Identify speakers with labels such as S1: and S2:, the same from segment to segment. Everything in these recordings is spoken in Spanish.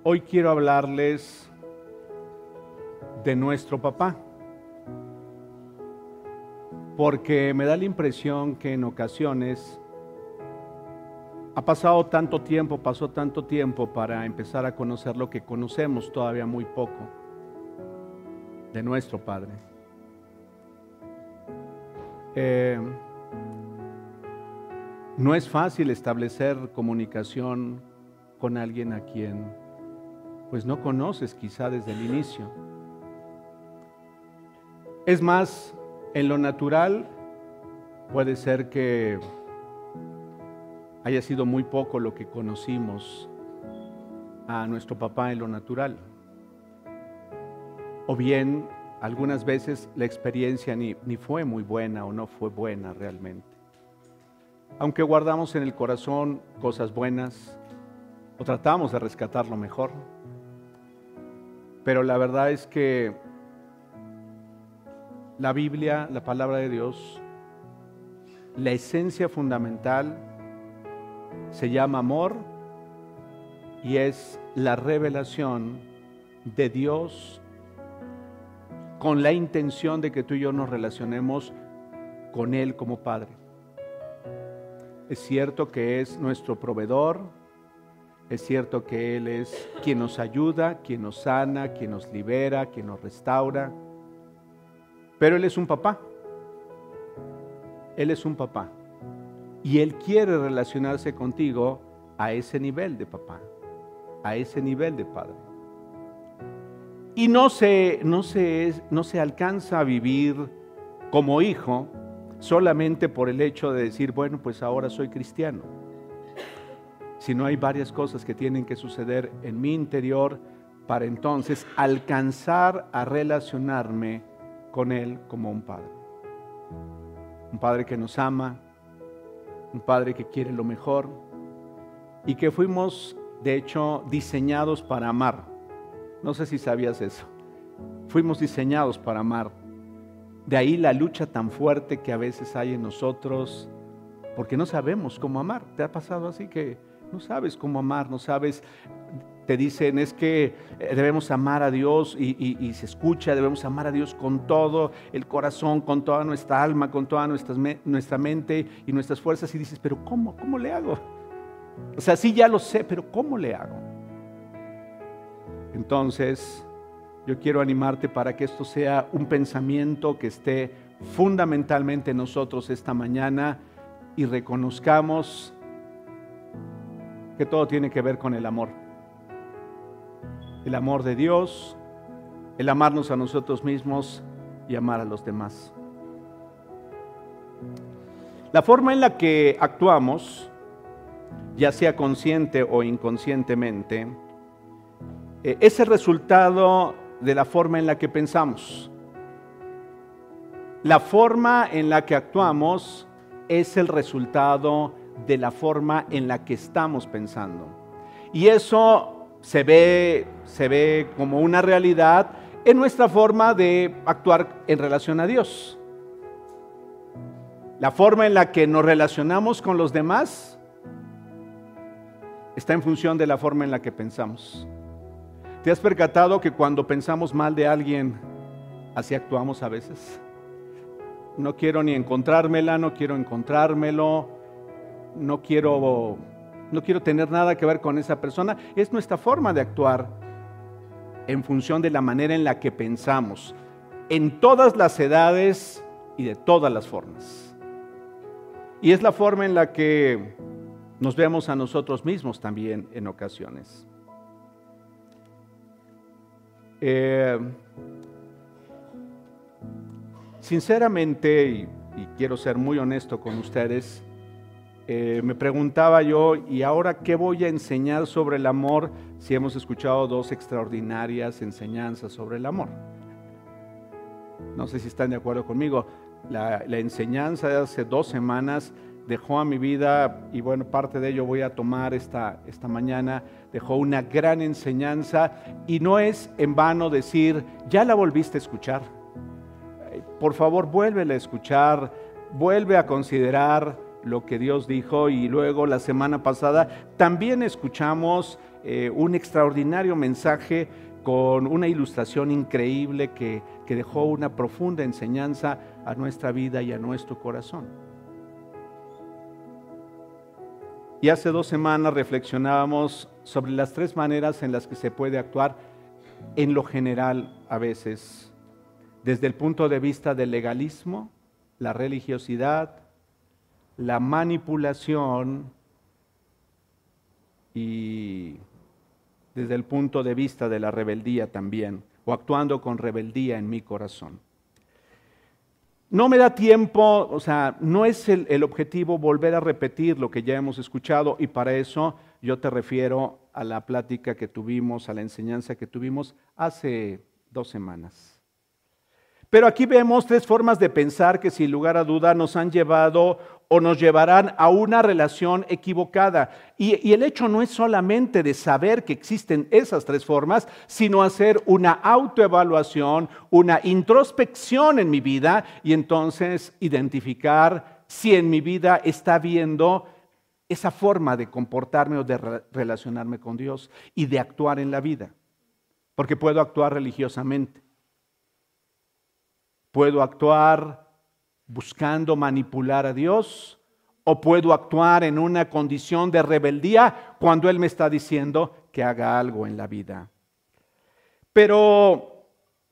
S1: Hoy quiero hablarles de nuestro papá, porque me da la impresión que en ocasiones pasó tanto tiempo para empezar a conocer lo que conocemos todavía muy poco de nuestro Padre. No es fácil establecer comunicación con alguien a quien pues no conoces quizá desde el inicio. Es más, en lo natural puede ser que haya sido muy poco lo que conocimos a nuestro papá en lo natural. O bien, algunas veces la experiencia ni fue muy buena o no fue buena realmente. Aunque guardamos en el corazón cosas buenas o tratamos de rescatar lo mejor. Pero la verdad es que la Biblia, la palabra de Dios, la esencia fundamental se llama amor y es la revelación de Dios con la intención de que tú y yo nos relacionemos con Él como Padre. Es cierto que es nuestro proveedor, es cierto que Él es quien nos ayuda, quien nos sana, quien nos libera, quien nos restaura, pero Él es un papá. Él es un papá y Él quiere relacionarse contigo a ese nivel de papá, a ese nivel de padre. Y no se alcanza a vivir como hijo solamente por el hecho de decir, bueno, pues ahora soy cristiano. Sino hay varias cosas que tienen que suceder en mi interior para entonces alcanzar a relacionarme con Él como un padre. Un padre que nos ama, un padre que quiere lo mejor y que fuimos, de hecho, diseñados para amar. No sé si sabías eso. Fuimos diseñados para amar. De ahí la lucha tan fuerte que a veces hay en nosotros, porque no sabemos cómo amar. ¿Te ha pasado así que no sabes cómo amar, no sabes? Te dicen es que debemos amar a Dios y se escucha, debemos amar a Dios con todo el corazón, con toda nuestra alma, con toda nuestra mente y nuestras fuerzas, y dices, pero ¿cómo le hago? O sea, sí ya lo sé, pero ¿cómo le hago? Entonces, yo quiero animarte para que esto sea un pensamiento que esté fundamentalmente en nosotros esta mañana y reconozcamos que todo tiene que ver con el amor. El amor de Dios, el amarnos a nosotros mismos y amar a los demás. La forma en la que actuamos, ya sea consciente o inconscientemente, es el resultado de la forma en la que pensamos. La forma en la que actuamos es el resultado de la forma en la que estamos pensando. Y eso se ve como una realidad en nuestra forma de actuar en relación a Dios. La forma en la que nos relacionamos con los demás está en función de la forma en la que pensamos. ¿Te has percatado que cuando pensamos mal de alguien, así actuamos a veces? No quiero ni encontrármela, no quiero encontrármelo, no quiero tener nada que ver con esa persona. Es nuestra forma de actuar en función de la manera en la que pensamos, en todas las edades y de todas las formas. Y es la forma en la que nos vemos a nosotros mismos también en ocasiones. Sinceramente, y quiero ser muy honesto con ustedes, me preguntaba yo, ¿y ahora qué voy a enseñar sobre el amor si hemos escuchado dos extraordinarias enseñanzas sobre el amor? No sé si están de acuerdo conmigo. La enseñanza de hace 2 semanas dejó a mi vida, y bueno, parte de ello voy a tomar esta mañana, dejó una gran enseñanza, y no es en vano decir, ¿ya la volviste a escuchar? Por favor, vuélvela a escuchar, vuelve a considerar lo que Dios dijo. Y luego la semana pasada también escuchamos un extraordinario mensaje con una ilustración increíble que dejó una profunda enseñanza a nuestra vida y a nuestro corazón. Y hace 2 semanas reflexionábamos sobre las 3 maneras en las que se puede actuar en lo general a veces, desde el punto de vista del legalismo, la religiosidad, la manipulación y desde el punto de vista de la rebeldía también, o actuando con rebeldía en mi corazón. No me da tiempo, o sea, no es el objetivo volver a repetir lo que ya hemos escuchado, y para eso yo te refiero a la plática que tuvimos, a la enseñanza que tuvimos hace 2 semanas. Pero aquí vemos 3 formas de pensar que sin lugar a duda nos han llevado o nos llevarán a una relación equivocada. Y el hecho no es solamente de saber que existen esas 3 formas, sino hacer una autoevaluación, una introspección en mi vida y entonces identificar si en mi vida está habiendo esa forma de comportarme o de relacionarme con Dios y de actuar en la vida. Porque puedo actuar religiosamente. Puedo actuar buscando manipular a Dios, o puedo actuar en una condición de rebeldía cuando Él me está diciendo que haga algo en la vida. Pero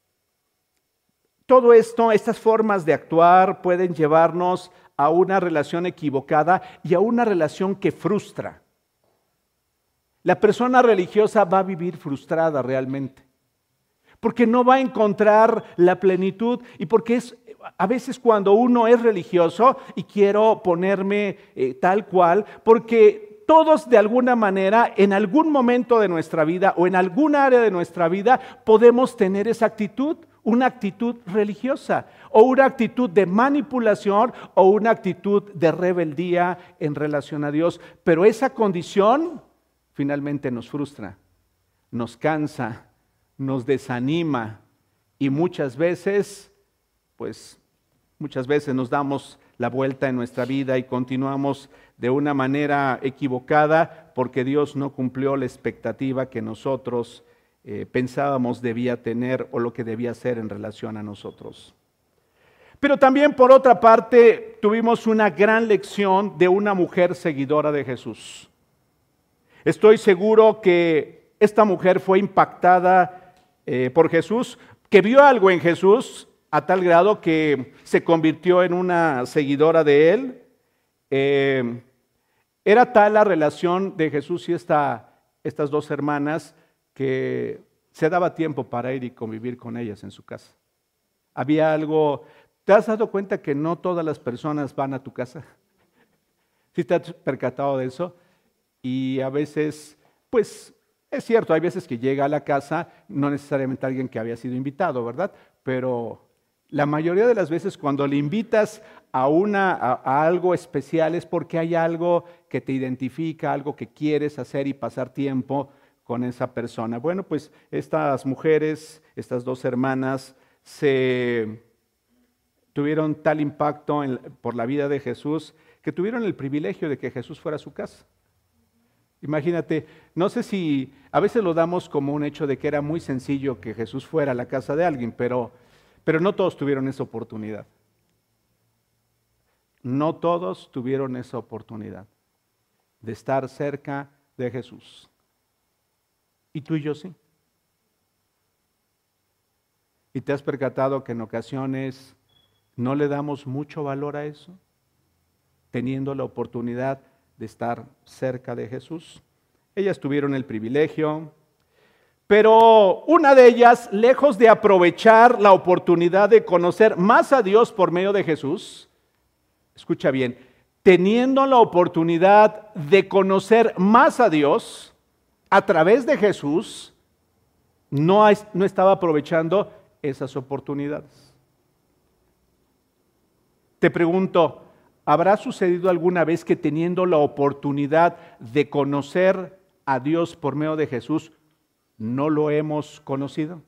S1: todo esto, estas formas de actuar pueden llevarnos a una relación equivocada y a una relación que frustra. La persona religiosa va a vivir frustrada realmente, porque no va a encontrar la plenitud y porque a veces cuando uno es religioso y quiero ponerme tal cual, porque todos de alguna manera en algún momento de nuestra vida o en algún área de nuestra vida podemos tener esa actitud, una actitud religiosa o una actitud de manipulación o una actitud de rebeldía en relación a Dios. Pero esa condición finalmente nos frustra, nos cansa, nos desanima y muchas veces nos damos la vuelta en nuestra vida y continuamos de una manera equivocada porque Dios no cumplió la expectativa que nosotros pensábamos debía tener o lo que debía ser en relación a nosotros. Pero también por otra parte tuvimos una gran lección de una mujer seguidora de Jesús. Estoy seguro que esta mujer fue impactada por Jesús, que vio algo en Jesús a tal grado que se convirtió en una seguidora de Él. Era tal la relación de Jesús y estas 2 hermanas que se daba tiempo para ir y convivir con ellas en su casa. Había algo, ¿te has dado cuenta que no todas las personas van a tu casa? ¿Sí te has percatado de eso? Y a veces, pues, es cierto, hay veces que llega a la casa, no necesariamente alguien que había sido invitado, ¿verdad? Pero la mayoría de las veces cuando le invitas a algo especial es porque hay algo que te identifica, algo que quieres hacer y pasar tiempo con esa persona. Bueno, pues estas mujeres, estas 2 hermanas, tuvieron tal impacto por la vida de Jesús que tuvieron el privilegio de que Jesús fuera a su casa. Imagínate, no sé si a veces lo damos como un hecho de que era muy sencillo que Jesús fuera a la casa de alguien, pero no todos tuvieron esa oportunidad. No todos tuvieron esa oportunidad de estar cerca de Jesús. Y tú y yo sí. ¿Y te has percatado que en ocasiones no le damos mucho valor a eso? Teniendo la oportunidad de estar cerca de Jesús. Ellas tuvieron el privilegio, pero una de ellas, lejos de aprovechar la oportunidad de conocer más a Dios por medio de Jesús, escucha bien, teniendo la oportunidad de conocer más a Dios a través de Jesús, no estaba aprovechando esas oportunidades. Te pregunto, ¿habrá sucedido alguna vez que teniendo la oportunidad de conocer a Dios por medio de Jesús, no lo hemos conocido?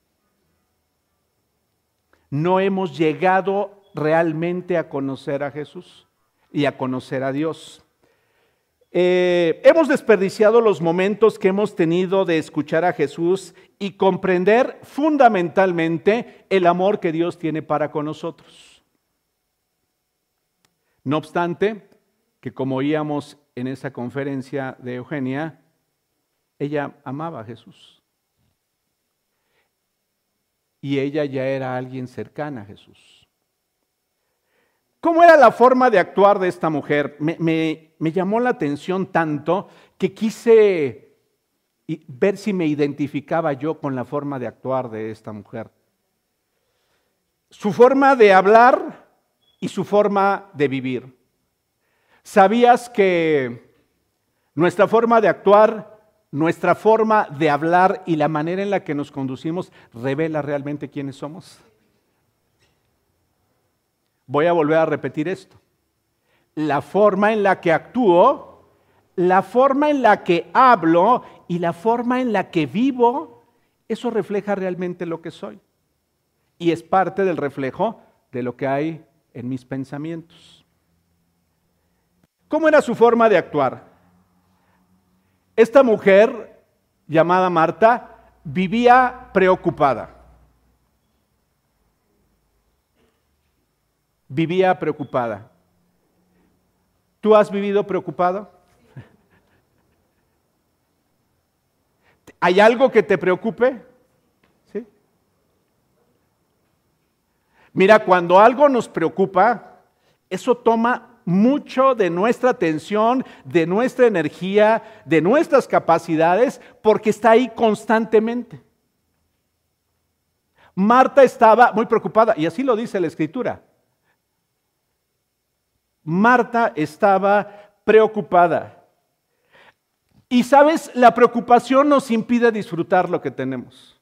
S1: ¿No hemos llegado realmente a conocer a Jesús y a conocer a Dios? Hemos desperdiciado los momentos que hemos tenido de escuchar a Jesús y comprender fundamentalmente el amor que Dios tiene para con nosotros. No obstante, que como oíamos en esa conferencia de Eugenia, ella amaba a Jesús. Y ella ya era alguien cercana a Jesús. ¿Cómo era la forma de actuar de esta mujer? Me llamó la atención tanto que quise ver si me identificaba yo con la forma de actuar de esta mujer. Su forma de hablar y su forma de vivir. ¿Sabías que nuestra forma de actuar, nuestra forma de hablar y la manera en la que nos conducimos revela realmente quiénes somos? Voy a volver a repetir esto. La forma en la que actúo, la forma en la que hablo y la forma en la que vivo, eso refleja realmente lo que soy. Y es parte del reflejo de lo que hay en mis pensamientos. ¿Cómo era su forma de actuar? Esta mujer, llamada Marta, vivía preocupada. Vivía preocupada. ¿Tú has vivido preocupado? ¿Hay algo que te preocupe? ¿Sí? Mira, cuando algo nos preocupa, eso toma mucho de nuestra atención, de nuestra energía, de nuestras capacidades, porque está ahí constantemente. Marta estaba muy preocupada, y así lo dice la Escritura. Marta estaba preocupada. Y sabes, la preocupación nos impide disfrutar lo que tenemos.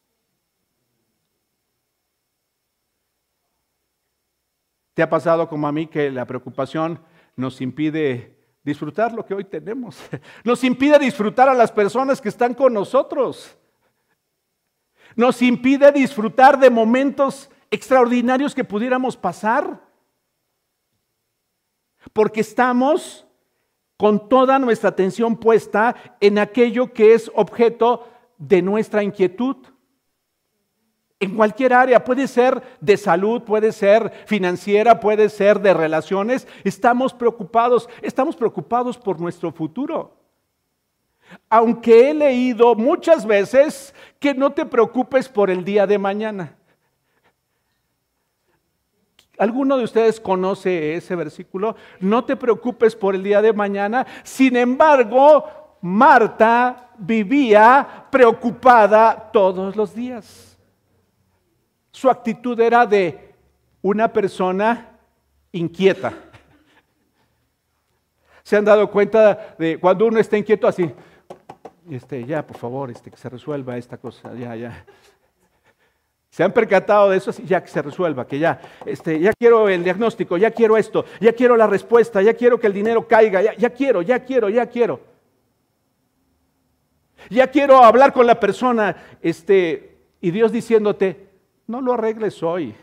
S1: ¿Te ha pasado como a mí que la preocupación nos impide disfrutar lo que hoy tenemos? Nos impide disfrutar a las personas que están con nosotros. Nos impide disfrutar de momentos extraordinarios que pudiéramos pasar. Porque estamos con toda nuestra atención puesta en aquello que es objeto de nuestra inquietud. En cualquier área, puede ser de salud, puede ser financiera, puede ser de relaciones. Estamos preocupados por nuestro futuro. Aunque he leído muchas veces que no te preocupes por el día de mañana. ¿Alguno de ustedes conoce ese versículo? No te preocupes por el día de mañana. Sin embargo, Marta vivía preocupada todos los días. Su actitud era de una persona inquieta. ¿Se han dado cuenta de cuando uno está inquieto así? Ya, por favor, que se resuelva esta cosa, ya. ¿Se han percatado de eso? Ya que se resuelva, que ya quiero el diagnóstico, ya quiero esto, ya quiero la respuesta, ya quiero que el dinero caiga, ya quiero. Ya quiero hablar con la persona, y Dios diciéndote, no lo arregles hoy.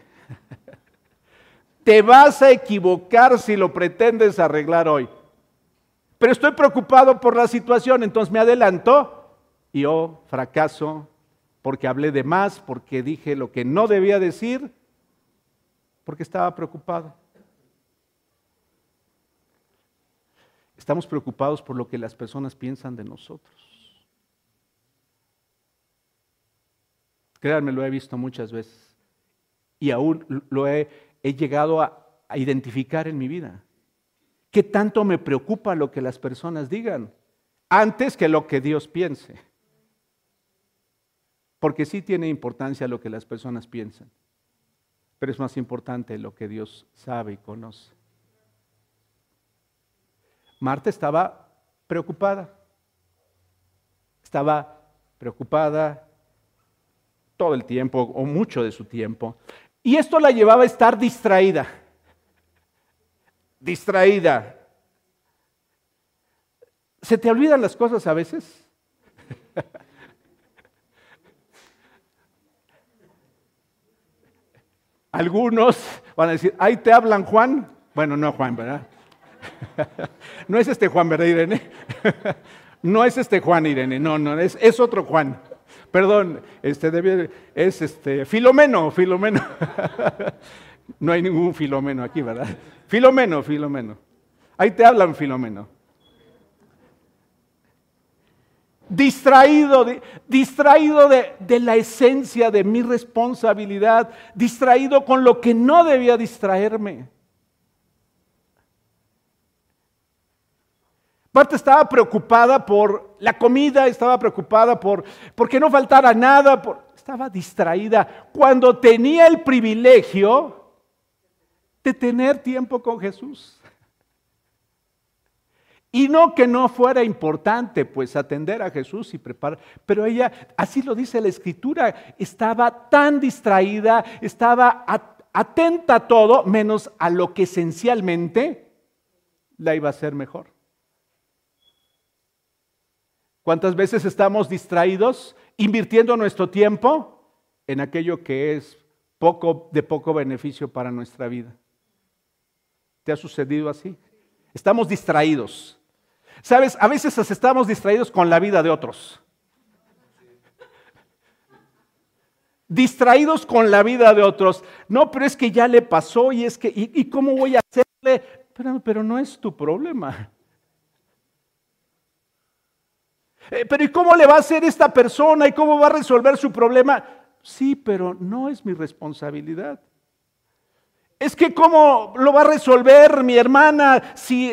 S1: Te vas a equivocar si lo pretendes arreglar hoy. Pero estoy preocupado por la situación, entonces me adelanto y fracaso. Porque hablé de más, porque dije lo que no debía decir, porque estaba preocupado. Estamos preocupados por lo que las personas piensan de nosotros. Créanme, lo he visto muchas veces y aún lo he llegado a identificar en mi vida. ¿Qué tanto me preocupa lo que las personas digan antes que lo que Dios piense? Porque sí tiene importancia lo que las personas piensan, pero es más importante lo que Dios sabe y conoce. Marta estaba preocupada todo el tiempo o mucho de su tiempo, y esto la llevaba a estar distraída. ¿Se te olvidan las cosas a veces? Algunos van a decir, ahí te hablan Juan. Bueno, no Juan, ¿verdad? No es Juan, ¿verdad, Irene? No es este Juan, Irene, no, es otro Juan. Perdón, es Filomeno. No hay ningún Filomeno aquí, ¿verdad? Filomeno. Ahí te hablan, Filomeno. Distraído de la esencia de mi responsabilidad, distraído con lo que no debía distraerme. Marta estaba preocupada por la comida, estaba preocupada por que no faltara nada, estaba distraída cuando tenía el privilegio de tener tiempo con Jesús. Y no que no fuera importante, pues, atender a Jesús y preparar, pero ella, así lo dice la Escritura, estaba tan distraída, estaba atenta a todo, menos a lo que esencialmente la iba a hacer mejor. ¿Cuántas veces estamos distraídos, invirtiendo nuestro tiempo en aquello que es de poco beneficio para nuestra vida? ¿Te ha sucedido así? Estamos distraídos. ¿Sabes? A veces estamos distraídos con la vida de otros. Distraídos con la vida de otros. No, pero es que ya le pasó ¿y cómo voy a hacerle? Pero no es tu problema. Pero ¿y cómo le va a hacer esta persona? ¿Y cómo va a resolver su problema? Sí, pero no es mi responsabilidad. Es que ¿cómo lo va a resolver mi hermana si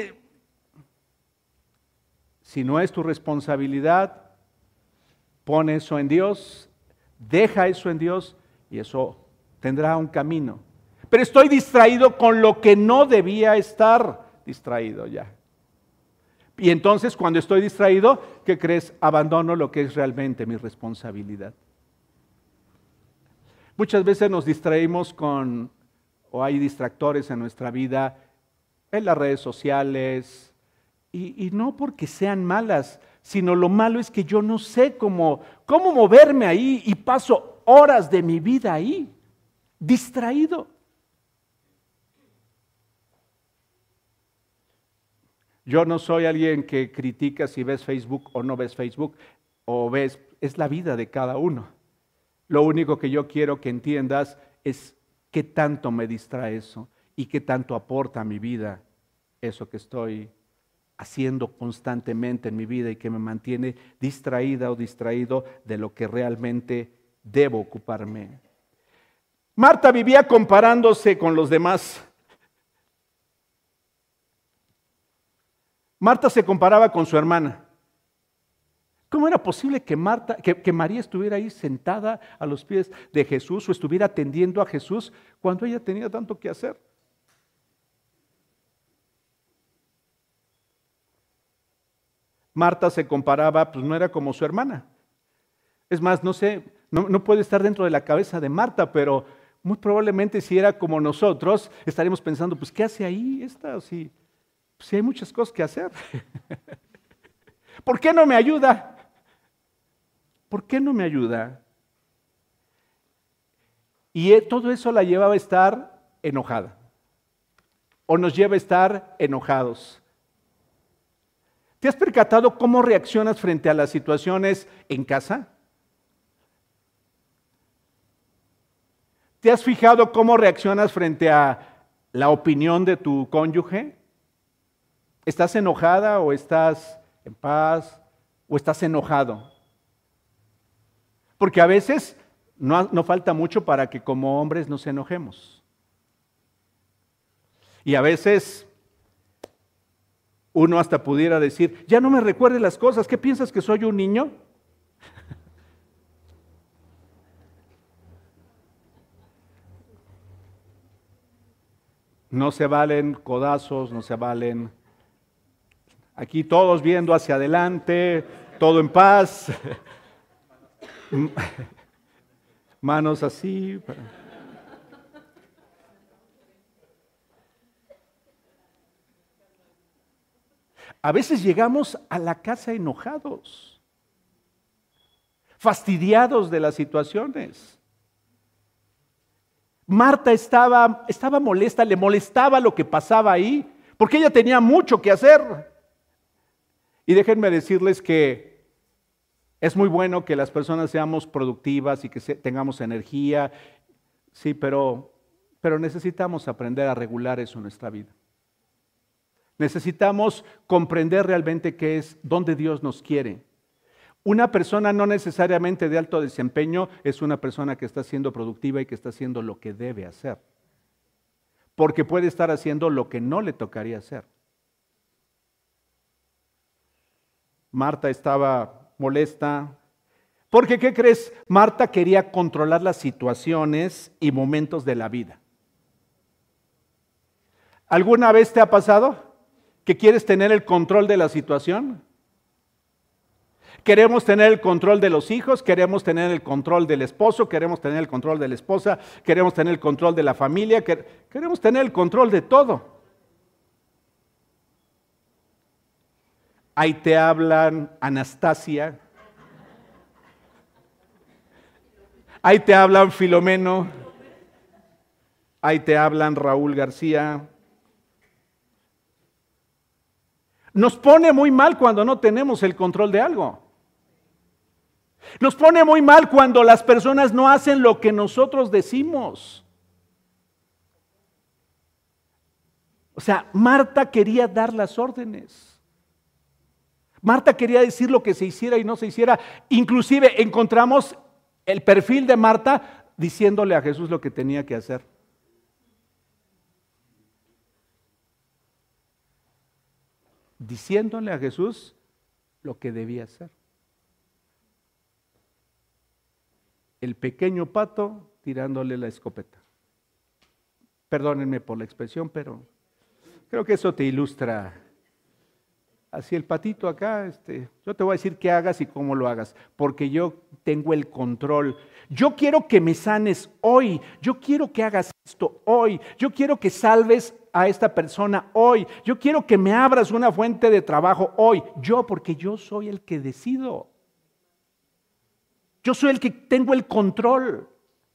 S1: no es tu responsabilidad? Pon eso en Dios, deja eso en Dios y eso tendrá un camino. Pero estoy distraído con lo que no debía estar distraído ya. Y entonces cuando estoy distraído, ¿qué crees? Abandono lo que es realmente mi responsabilidad. Muchas veces nos distraímos o hay distractores en nuestra vida, en las redes sociales, y no porque sean malas, sino lo malo es que yo no sé cómo moverme ahí y paso horas de mi vida ahí, distraído. Yo no soy alguien que critica si ves Facebook o no ves Facebook, es la vida de cada uno. Lo único que yo quiero que entiendas es qué tanto me distrae eso y qué tanto aporta a mi vida eso que estoy haciendo constantemente en mi vida y que me mantiene distraída o distraído de lo que realmente debo ocuparme. Marta vivía comparándose con los demás. Marta se comparaba con su hermana. ¿Cómo era posible que María estuviera ahí sentada a los pies de Jesús o estuviera atendiendo a Jesús cuando ella tenía tanto que hacer? Marta se comparaba, pues no era como su hermana. Es más, no sé, no puede estar dentro de la cabeza de Marta, pero muy probablemente si era como nosotros, estaríamos pensando, pues ¿qué hace ahí esta? Si hay muchas cosas que hacer. ¿Por qué no me ayuda? ¿Por qué no me ayuda? Y todo eso la llevaba a estar enojada. O nos lleva a estar enojados. ¿Te has percatado cómo reaccionas frente a las situaciones en casa? ¿Te has fijado cómo reaccionas frente a la opinión de tu cónyuge? ¿Estás enojada o estás en paz o estás enojado? Porque a veces no falta mucho para que como hombres nos enojemos. Y a veces uno hasta pudiera decir, ya no me recuerdes las cosas, ¿qué piensas que soy un niño? No se valen codazos, no se valen. Aquí todos viendo hacia adelante, todo en paz. Manos así. A veces llegamos a la casa enojados, fastidiados de las situaciones. Marta estaba molesta, le molestaba lo que pasaba ahí, porque ella tenía mucho que hacer. Y déjenme decirles que es muy bueno que las personas seamos productivas y que tengamos energía, sí, pero necesitamos aprender a regular eso en nuestra vida. Necesitamos comprender realmente qué es, dónde Dios nos quiere. Una persona no necesariamente de alto desempeño es una persona que está siendo productiva y que está haciendo lo que debe hacer. Porque puede estar haciendo lo que no le tocaría hacer. Marta estaba molesta. Porque, ¿qué crees? Marta quería controlar las situaciones y momentos de la vida. ¿Alguna vez te ha pasado que quieres tener el control de la situación? Queremos tener el control de los hijos, queremos tener el control del esposo, queremos tener el control de la esposa, queremos tener el control de la familia, queremos tener el control de todo. Ahí te hablan Anastasia, ahí te hablan Filomeno, ahí te hablan Raúl García. Nos pone muy mal cuando no tenemos el control de algo. Nos pone muy mal cuando las personas no hacen lo que nosotros decimos. O sea, Marta quería dar las órdenes. Marta quería decir lo que se hiciera y no se hiciera. Inclusive encontramos el perfil de Marta diciéndole a Jesús lo que tenía que hacer. Diciéndole a Jesús lo que debía hacer. El pequeño pato tirándole la escopeta. Perdónenme por la expresión, pero creo que eso te ilustra. Así el patito acá, yo te voy a decir qué hagas y cómo lo hagas, porque yo tengo el control. Yo quiero que me sanes hoy, yo quiero que hagas esto hoy, yo quiero que salves a esta persona hoy, yo quiero que me abras una fuente de trabajo hoy, porque yo soy el que decido. Yo soy el que tengo el control.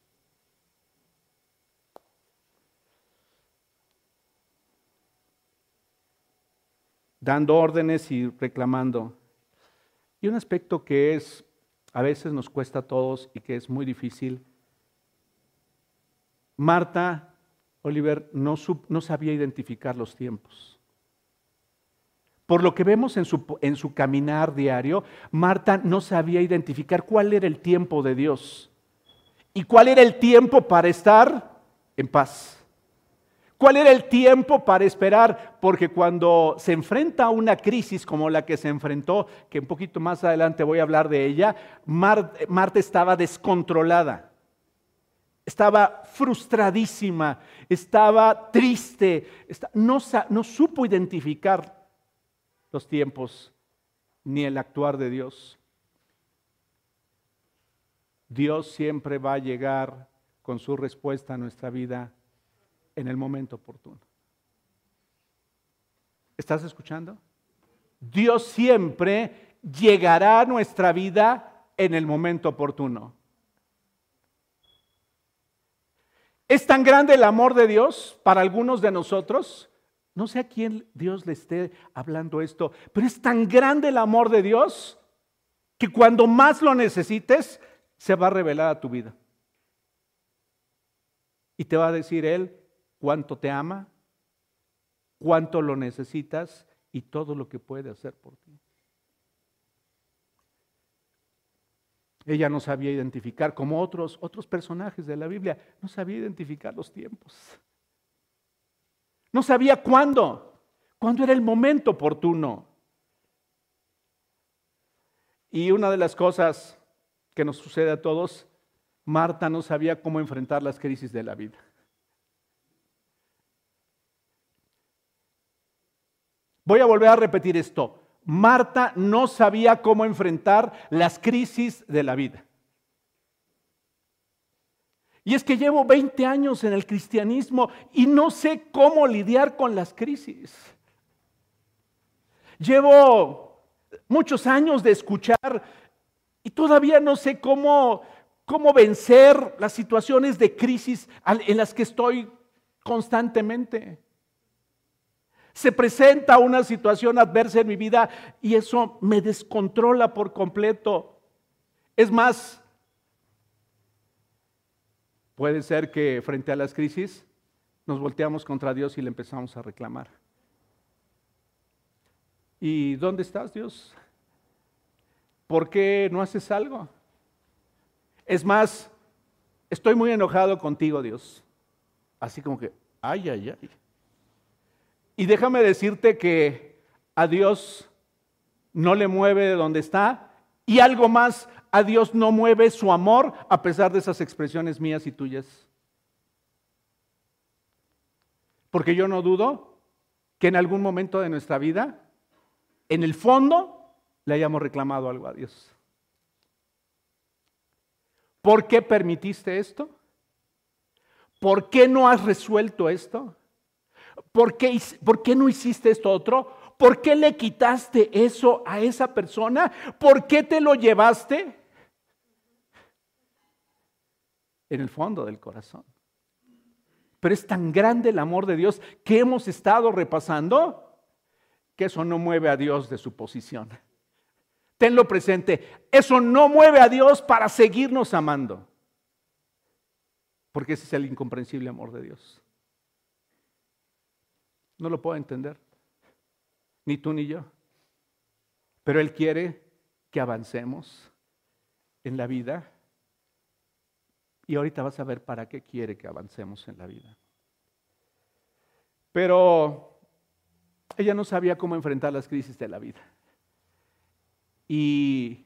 S1: Dando órdenes y reclamando. Y un aspecto que a veces nos cuesta a todos y que es muy difícil. Marta, Oliver, no sabía identificar los tiempos. Por lo que vemos en su caminar diario, Marta no sabía identificar cuál era el tiempo de Dios y cuál era el tiempo para estar en paz. ¿Cuál era el tiempo para esperar? Porque cuando se enfrenta a una crisis como la que se enfrentó, que un poquito más adelante voy a hablar de ella, Marta estaba descontrolada. Estaba frustradísima, estaba triste, no supo identificar los tiempos ni el actuar de Dios. Dios siempre va a llegar con su respuesta a nuestra vida en el momento oportuno. ¿Estás escuchando? Dios siempre llegará a nuestra vida en el momento oportuno. ¿Es tan grande el amor de Dios para algunos de nosotros? No sé a quién Dios le esté hablando esto, pero es tan grande el amor de Dios que cuando más lo necesites, se va a revelar a tu vida. Y te va a decir Él cuánto te ama, cuánto lo necesitas y todo lo que puede hacer por ti. Ella no sabía identificar, como otros personajes de la Biblia, no sabía identificar los tiempos. No sabía cuándo era el momento oportuno. Y una de las cosas que nos sucede a todos, Marta no sabía cómo enfrentar las crisis de la vida. Voy a volver a repetir esto. Marta no sabía cómo enfrentar las crisis de la vida. Y es que llevo 20 años en el cristianismo y no sé cómo lidiar con las crisis. Llevo muchos años de escuchar y todavía no sé cómo vencer las situaciones de crisis en las que estoy constantemente. Se presenta una situación adversa en mi vida y eso me descontrola por completo. Es más, puede ser que frente a las crisis nos volteamos contra Dios y le empezamos a reclamar. ¿Y dónde estás, Dios? ¿Por qué no haces algo? Es más, estoy muy enojado contigo, Dios. Así como que, ay, ay, ay. Y déjame decirte que a Dios no le mueve de donde está, y algo más, a Dios no mueve su amor a pesar de esas expresiones mías y tuyas. Porque yo no dudo que en algún momento de nuestra vida, en el fondo, le hayamos reclamado algo a Dios. ¿Por qué permitiste esto? ¿Por qué no has resuelto esto? ¿Por qué no hiciste esto otro? ¿Por qué le quitaste eso a esa persona? ¿Por qué te lo llevaste? En el fondo del corazón. Pero es tan grande el amor de Dios que hemos estado repasando que eso no mueve a Dios de su posición. Tenlo presente, eso no mueve a Dios para seguirnos amando. Porque ese es el incomprensible amor de Dios. No lo puedo entender, ni tú ni yo. Pero Él quiere que avancemos en la vida. Y ahorita vas a ver para qué quiere que avancemos en la vida. Pero ella no sabía cómo enfrentar las crisis de la vida. Y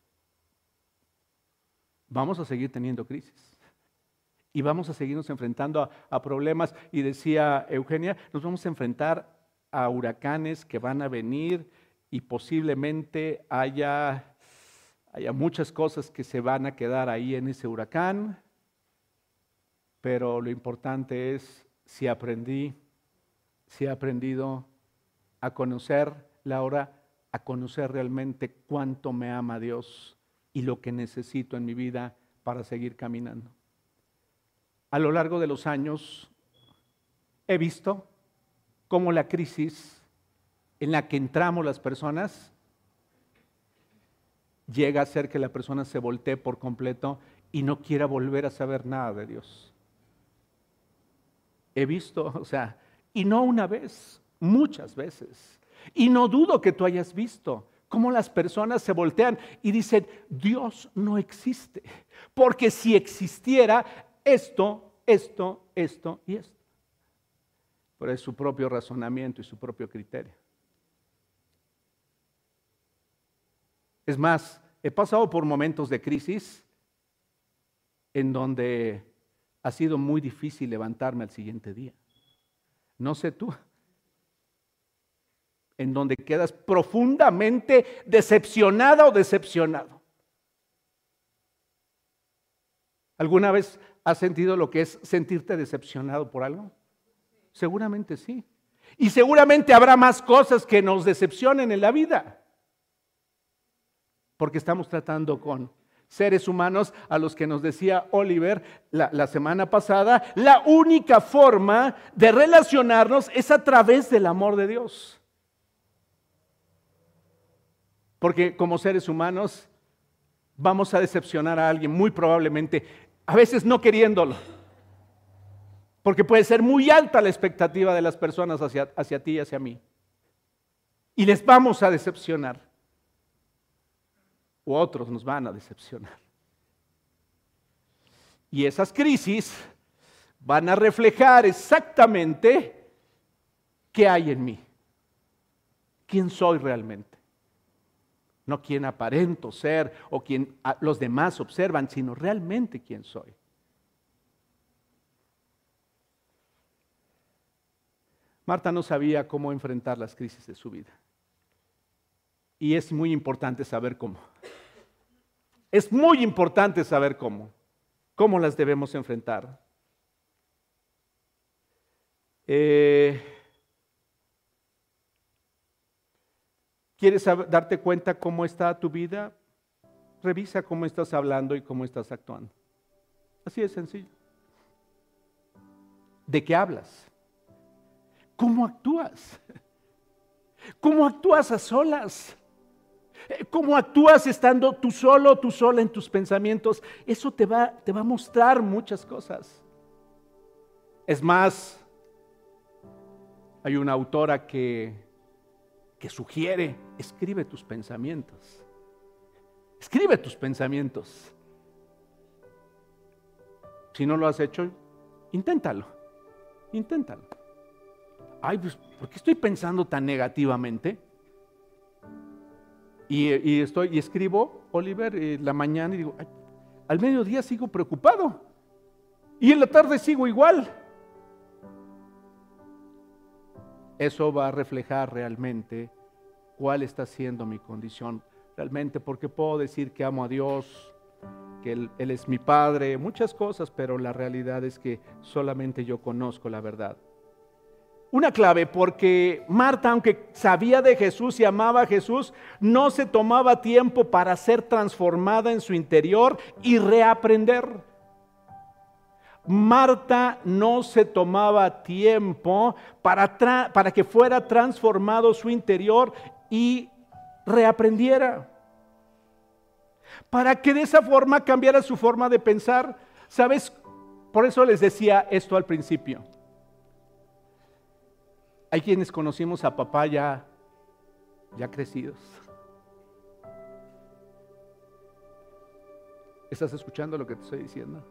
S1: vamos a seguir teniendo crisis. Y vamos a seguirnos enfrentando a problemas. Y decía Eugenia, nos vamos a enfrentar a huracanes que van a venir y posiblemente haya muchas cosas que se van a quedar ahí en ese huracán. Pero lo importante es si he aprendido a conocer, Laura, a conocer realmente cuánto me ama Dios y lo que necesito en mi vida para seguir caminando. A lo largo de los años he visto cómo la crisis en la que entramos las personas llega a hacer que la persona se voltee por completo y no quiera volver a saber nada de Dios. He visto, y no una vez, muchas veces. Y no dudo que tú hayas visto cómo las personas se voltean y dicen, Dios no existe. Porque si existiera esto y esto. Pero es su propio razonamiento y su propio criterio. Es más, he pasado por momentos de crisis en donde ha sido muy difícil levantarme al siguiente día. No sé tú. En donde quedas profundamente decepcionada o decepcionado. ¿Alguna vez has sentido lo que es sentirte decepcionado por algo? Seguramente sí. Y seguramente habrá más cosas que nos decepcionen en la vida. Porque estamos tratando con seres humanos a los que nos decía Oliver la semana pasada, la única forma de relacionarnos es a través del amor de Dios. Porque como seres humanos vamos a decepcionar a alguien muy probablemente, a veces no queriéndolo. Porque puede ser muy alta la expectativa de las personas hacia ti y hacia mí. Y les vamos a decepcionar. O otros nos van a decepcionar. Y esas crisis van a reflejar exactamente qué hay en mí. ¿Quién soy realmente? No quién aparento ser o quién los demás observan, sino realmente quién soy. Marta no sabía cómo enfrentar las crisis de su vida. Y es muy importante saber cómo. Es muy importante saber cómo las debemos enfrentar. ¿Quieres darte cuenta cómo está tu vida? Revisa cómo estás hablando y cómo estás actuando. Así de sencillo. ¿De qué hablas? ¿Cómo actúas? ¿Cómo actúas a solas? ¿Cómo actúas estando tú solo, tú sola en tus pensamientos? Eso te va a mostrar muchas cosas. Es más, hay una autora que sugiere, escribe tus pensamientos. Escribe tus pensamientos. Si no lo has hecho, inténtalo. Ay, pues, ¿por qué estoy pensando tan negativamente? Y escribo, Oliver, la mañana y digo, ay, al mediodía sigo preocupado. Y en la tarde sigo igual. Eso va a reflejar realmente cuál está siendo mi condición. Realmente, porque puedo decir que amo a Dios, que Él es mi Padre, muchas cosas, pero la realidad es que solamente yo conozco la verdad. Una clave, porque Marta, aunque sabía de Jesús y amaba a Jesús, no se tomaba tiempo para ser transformada en su interior y reaprender. Marta no se tomaba tiempo para que fuera transformado su interior y reaprendiera. Para que de esa forma cambiara su forma de pensar. ¿Sabes? Por eso les decía esto al principio. Hay quienes conocimos a papá ya crecidos. ¿Estás escuchando lo que te estoy diciendo?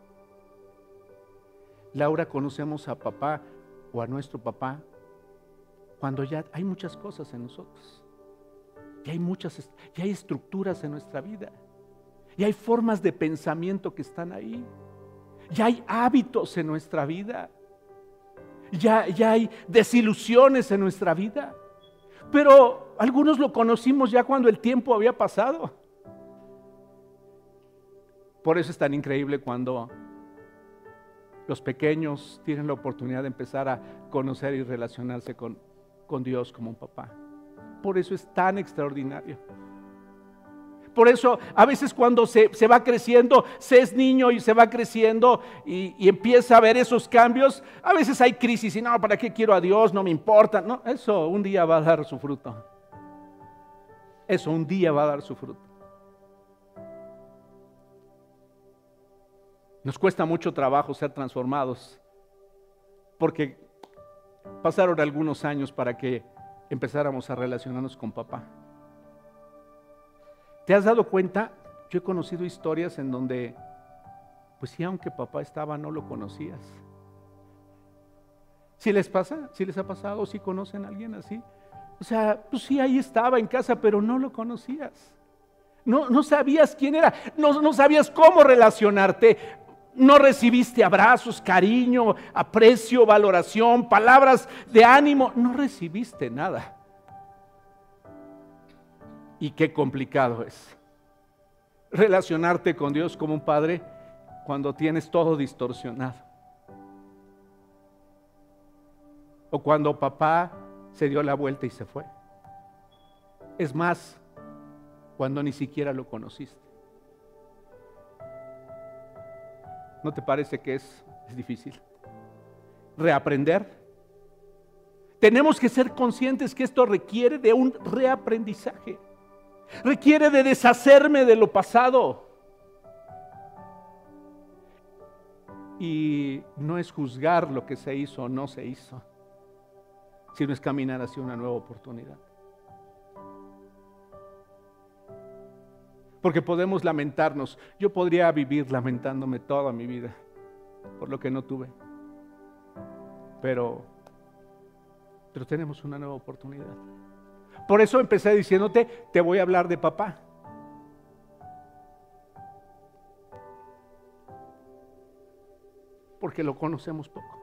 S1: Laura, conocemos a papá o a nuestro papá cuando ya hay muchas cosas en nosotros. Ya hay estructuras en nuestra vida. Ya hay formas de pensamiento que están ahí. Ya hay hábitos en nuestra vida. Ya hay desilusiones en nuestra vida. Pero algunos lo conocimos ya cuando el tiempo había pasado. Por eso es tan increíble cuando los pequeños tienen la oportunidad de empezar a conocer y relacionarse con Dios como un papá. Por eso es tan extraordinario. Por eso a veces cuando se va creciendo, se es niño y se va creciendo y empieza a ver esos cambios, a veces hay crisis y no, ¿para qué quiero a Dios? No me importa. No, eso un día va a dar su fruto. Eso un día va a dar su fruto. Nos cuesta mucho trabajo ser transformados porque pasaron algunos años para que empezáramos a relacionarnos con papá. ¿Te has dado cuenta? Yo he conocido historias en donde, pues sí, aunque papá estaba, no lo conocías. ¿Sí les pasa? ¿Sí les ha pasado? ¿Sí conocen a alguien así? O sea, pues sí, ahí estaba en casa, pero no lo conocías. No sabías quién era, no sabías cómo relacionarte. No recibiste abrazos, cariño, aprecio, valoración, palabras de ánimo. No recibiste nada. Y qué complicado es relacionarte con Dios como un padre cuando tienes todo distorsionado. O cuando papá se dio la vuelta y se fue. Es más, cuando ni siquiera lo conociste. ¿No te parece que es difícil? Reaprender. Tenemos que ser conscientes que esto requiere de un reaprendizaje. Requiere de deshacerme de lo pasado. Y no es juzgar lo que se hizo o no se hizo, sino es caminar hacia una nueva oportunidad. Porque podemos lamentarnos. Yo podría vivir lamentándome toda mi vida por lo que no tuve. Pero tenemos una nueva oportunidad. Por eso empecé diciéndote, te voy a hablar de papá. Porque lo conocemos poco.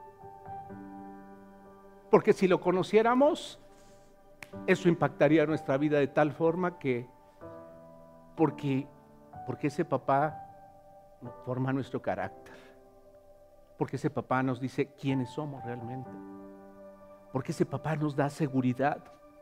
S1: Porque si lo conociéramos, eso impactaría nuestra vida de tal forma que, porque ese papá forma nuestro carácter. Porque ese papá nos dice quiénes somos realmente. Porque ese papá nos da seguridad.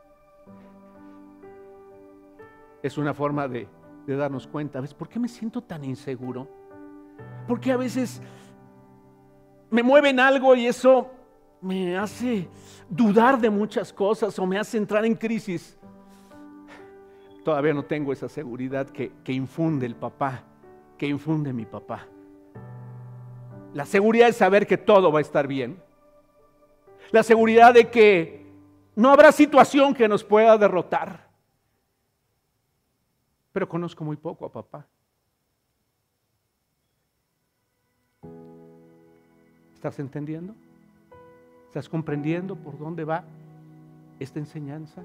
S1: Es una forma de darnos cuenta. ¿Ves por qué me siento tan inseguro? Porque a veces me mueven algo y eso me hace dudar de muchas cosas o me hace entrar en crisis. Todavía no tengo esa seguridad que infunde el papá, que infunde mi papá. La seguridad de saber que todo va a estar bien. La seguridad de que no habrá situación que nos pueda derrotar. Pero conozco muy poco a papá. ¿Estás entendiendo? ¿Estás comprendiendo por dónde va esta enseñanza?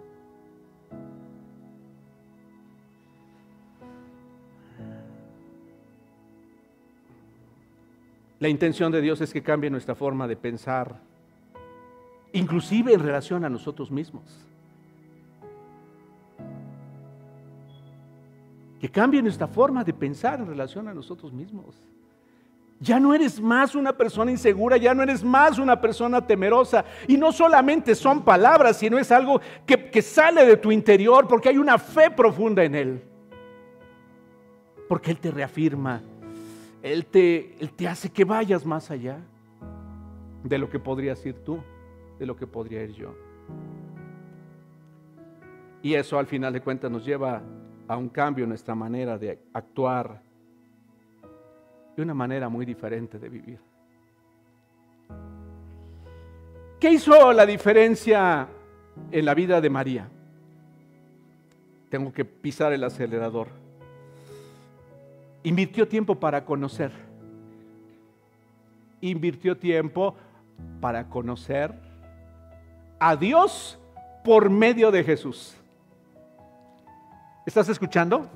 S1: La intención de Dios es que cambie nuestra forma de pensar, inclusive en relación a nosotros mismos. Que cambie nuestra forma de pensar en relación a nosotros mismos. Ya no eres más una persona insegura, ya no eres más una persona temerosa. Y no solamente son palabras, sino es algo que sale de tu interior porque hay una fe profunda en Él. Porque Él te reafirma, Él te hace que vayas más allá de lo que podrías ir tú, de lo que podría ir yo. Y eso al final de cuentas nos lleva a un cambio en nuestra manera de actuar y una manera muy diferente de vivir. ¿Qué hizo la diferencia en la vida de María? Tengo que pisar el acelerador. Invirtió tiempo para conocer. Invirtió tiempo para conocer a Dios por medio de Jesús. ¿Estás escuchando?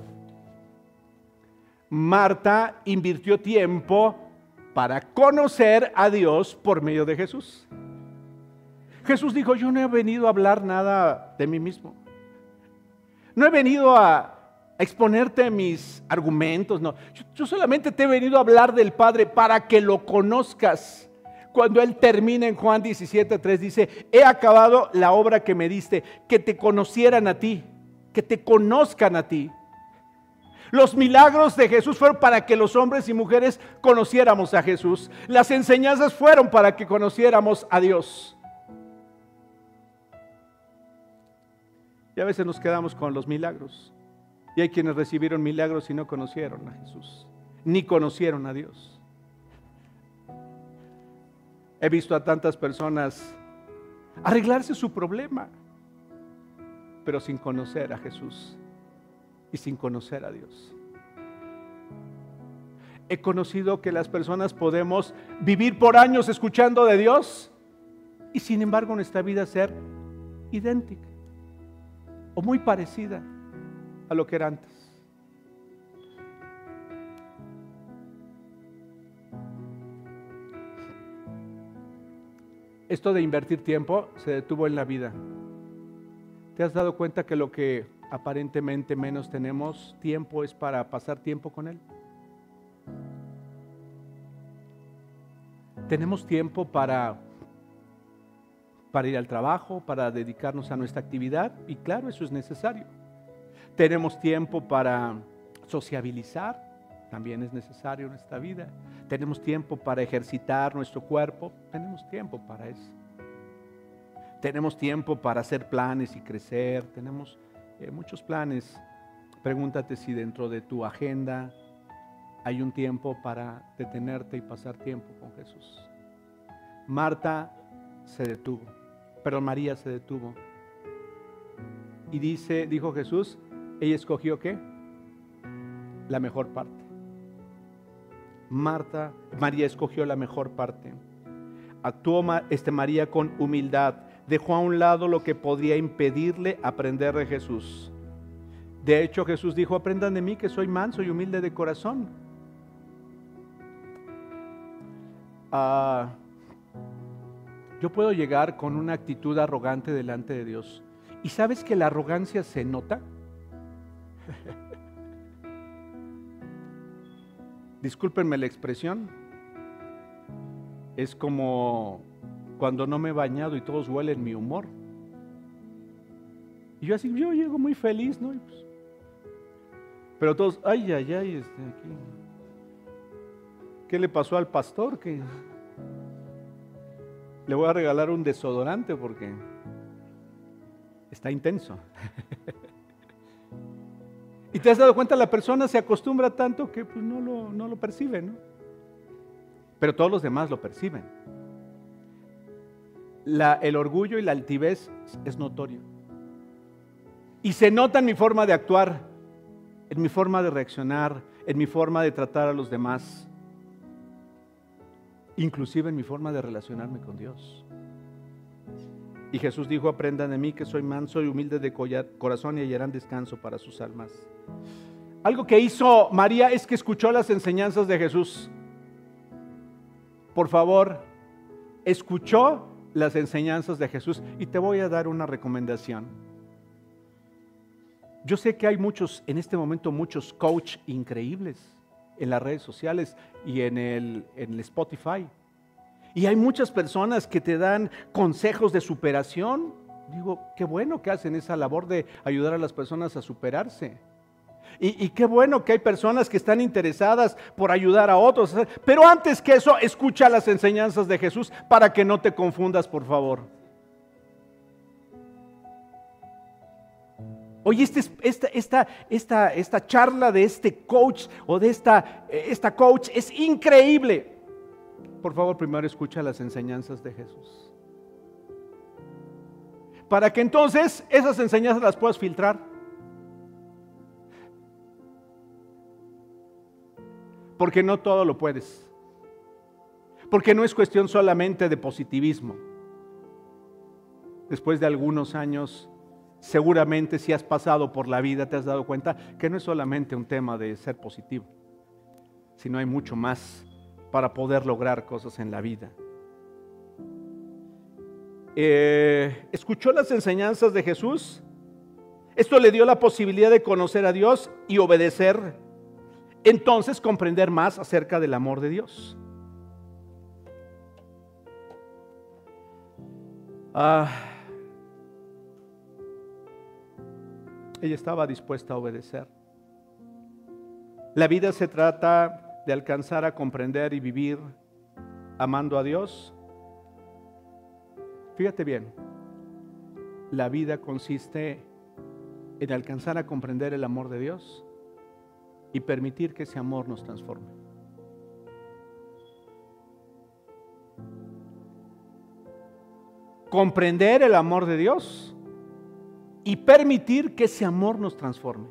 S1: Marta invirtió tiempo para conocer a Dios por medio de Jesús. Jesús dijo: yo no he venido a hablar nada de mí mismo. No he venido a exponerte mis argumentos, no. Yo solamente te he venido a hablar del Padre para que lo conozcas. Cuando Él termina en Juan 17:3 dice: he acabado la obra que me diste, que te conocieran a ti, que te conozcan a ti. Los milagros de Jesús fueron para que los hombres y mujeres conociéramos a Jesús. Las enseñanzas fueron para que conociéramos a Dios. Y a veces nos quedamos con los milagros. Y hay quienes recibieron milagros y no conocieron a Jesús, ni conocieron a Dios. He visto a tantas personas arreglarse su problema, pero sin conocer a Jesús y sin conocer a Dios. He conocido que las personas podemos vivir por años escuchando de Dios y sin embargo nuestra vida ser idéntica o muy parecida a lo que era antes. Esto de invertir tiempo se detuvo en la vida. ¿Te has dado cuenta que lo que aparentemente menos tenemos tiempo es para pasar tiempo con Él? Tenemos tiempo para ir al trabajo, para dedicarnos a nuestra actividad, y claro, eso es necesario. Tenemos tiempo para sociabilizar, también es necesario en esta vida. Tenemos tiempo para ejercitar nuestro cuerpo, tenemos tiempo para eso. Tenemos tiempo para hacer planes y crecer, tenemos muchos planes. Pregúntate si dentro de tu agenda hay un tiempo para detenerte y pasar tiempo con Jesús. Marta se detuvo, pero María se detuvo. Y dijo Jesús, ella escogió ¿qué? La mejor parte. María escogió la mejor parte. Actuó María con humildad. Dejó a un lado lo que podría impedirle aprender de Jesús. De hecho, Jesús dijo: aprendan de mí que soy manso y humilde de corazón. Yo puedo llegar con una actitud arrogante delante de Dios. ¿Y sabes que la arrogancia se nota? Discúlpenme la expresión. Es como cuando no me he bañado y todos huelen mi humor. Y yo llego muy feliz, ¿no? Pero todos, ay, aquí. ¿Qué le pasó al pastor? Le voy a regalar un desodorante porque está intenso. Y te has dado cuenta, la persona se acostumbra tanto que pues, no lo percibe, ¿no? Pero todos los demás lo perciben. El orgullo y la altivez es notorio. Y se nota en mi forma de actuar, en mi forma de reaccionar, en mi forma de tratar a los demás, inclusive en mi forma de relacionarme con Dios. Y Jesús dijo: aprendan de mí que soy manso y humilde de corazón y hallarán descanso para sus almas. Algo que hizo María es que escuchó las enseñanzas de Jesús. Por favor, escuchó las enseñanzas de Jesús y te voy a dar una recomendación. Yo sé que hay muchos, en este momento, muchos coach increíbles en las redes sociales y en el Spotify. Y hay muchas personas que te dan consejos de superación. Digo, qué bueno que hacen esa labor de ayudar a las personas a superarse. Y qué bueno que hay personas que están interesadas por ayudar a otros. Pero antes que eso, escucha las enseñanzas de Jesús para que no te confundas, por favor. Oye, esta charla de este coach o de esta coach es increíble. Por favor, primero escucha las enseñanzas de Jesús. Para que entonces esas enseñanzas las puedas filtrar. Porque no todo lo puedes. Porque no es cuestión solamente de positivismo. Después de algunos años, seguramente si has pasado por la vida te has dado cuenta que no es solamente un tema de ser positivo, sino hay mucho más para poder lograr cosas en la vida. Escuchó las enseñanzas de Jesús. Esto le dio la posibilidad de conocer a Dios y obedecer. Entonces comprender más acerca del amor de Dios. Ella estaba dispuesta a obedecer. La vida se trata de alcanzar a comprender y vivir amando a Dios. Fíjate bien, la vida consiste en alcanzar a comprender el amor de Dios y permitir que ese amor nos transforme. Comprender el amor de Dios y permitir que ese amor nos transforme.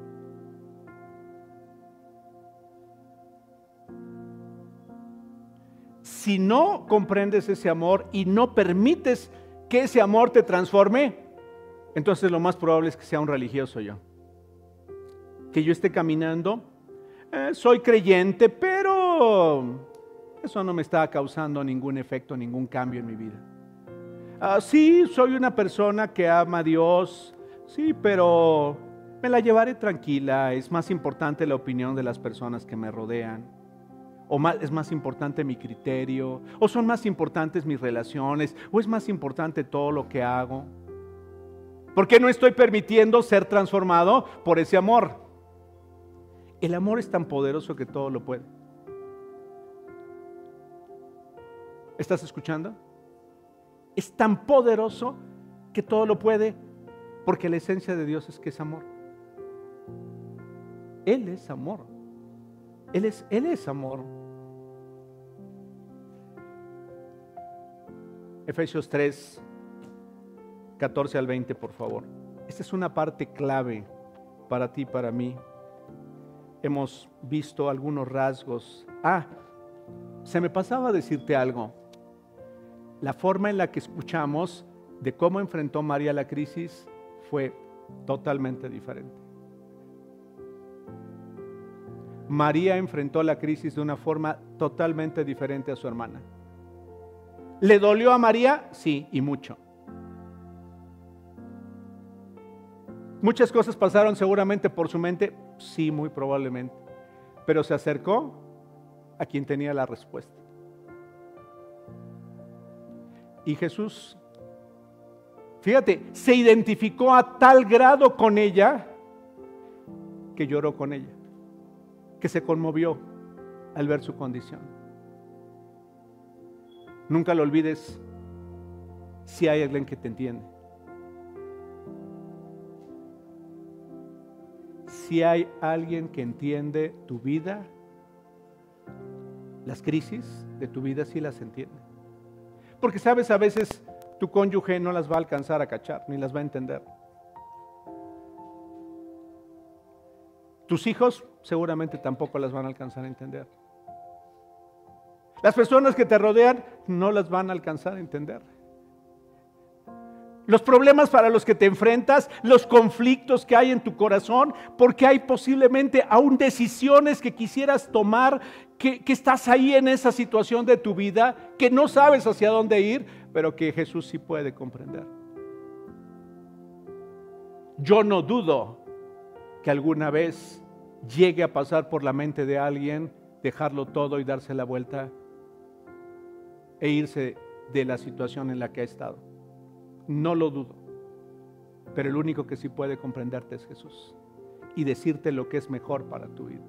S1: Si no comprendes ese amor y no permites que ese amor te transforme, entonces lo más probable es que sea un religioso yo. Que yo esté caminando, soy creyente, pero eso no me está causando ningún efecto, ningún cambio en mi vida. Sí, soy una persona que ama a Dios, sí, pero me la llevaré tranquila. Es más importante la opinión de las personas que me rodean. O es más importante mi criterio, o son más importantes mis relaciones, o es más importante todo lo que hago. ¿Por qué no estoy permitiendo ser transformado por ese amor? El amor es tan poderoso que todo lo puede. ¿Estás escuchando? Es tan poderoso que todo lo puede, porque la esencia de Dios es que es amor. Él es amor. Él es amor. Efesios 3, 14 al 20, por favor. Esta es una parte clave para ti y para mí. Hemos visto algunos rasgos. Se me pasaba a decirte algo. La forma en la que escuchamos de cómo enfrentó María la crisis fue totalmente diferente. María enfrentó la crisis de una forma totalmente diferente a su hermana. ¿Le dolió a María? Sí, y mucho. Muchas cosas pasaron seguramente por su mente, sí, muy probablemente. Pero se acercó a quien tenía la respuesta. Y Jesús, fíjate, se identificó a tal grado con ella que lloró con ella, que se conmovió al ver su condición. Nunca lo olvides, si hay alguien que te entiende. Si hay alguien que entiende tu vida, las crisis de tu vida sí las entiende. Porque sabes, a veces tu cónyuge no las va a alcanzar a cachar, ni las va a entender. Tus hijos seguramente tampoco las van a alcanzar a entender. Las personas que te rodean no las van a alcanzar a entender. Los problemas para los que te enfrentas, los conflictos que hay en tu corazón, porque hay posiblemente aún decisiones que quisieras tomar, que estás ahí en esa situación de tu vida, que no sabes hacia dónde ir, pero que Jesús sí puede comprender. Yo no dudo que alguna vez llegue a pasar por la mente de alguien, dejarlo todo y darse la vuelta e irse de la situación en la que ha estado. No lo dudo, pero el único que sí puede comprenderte es Jesús y decirte lo que es mejor para tu vida.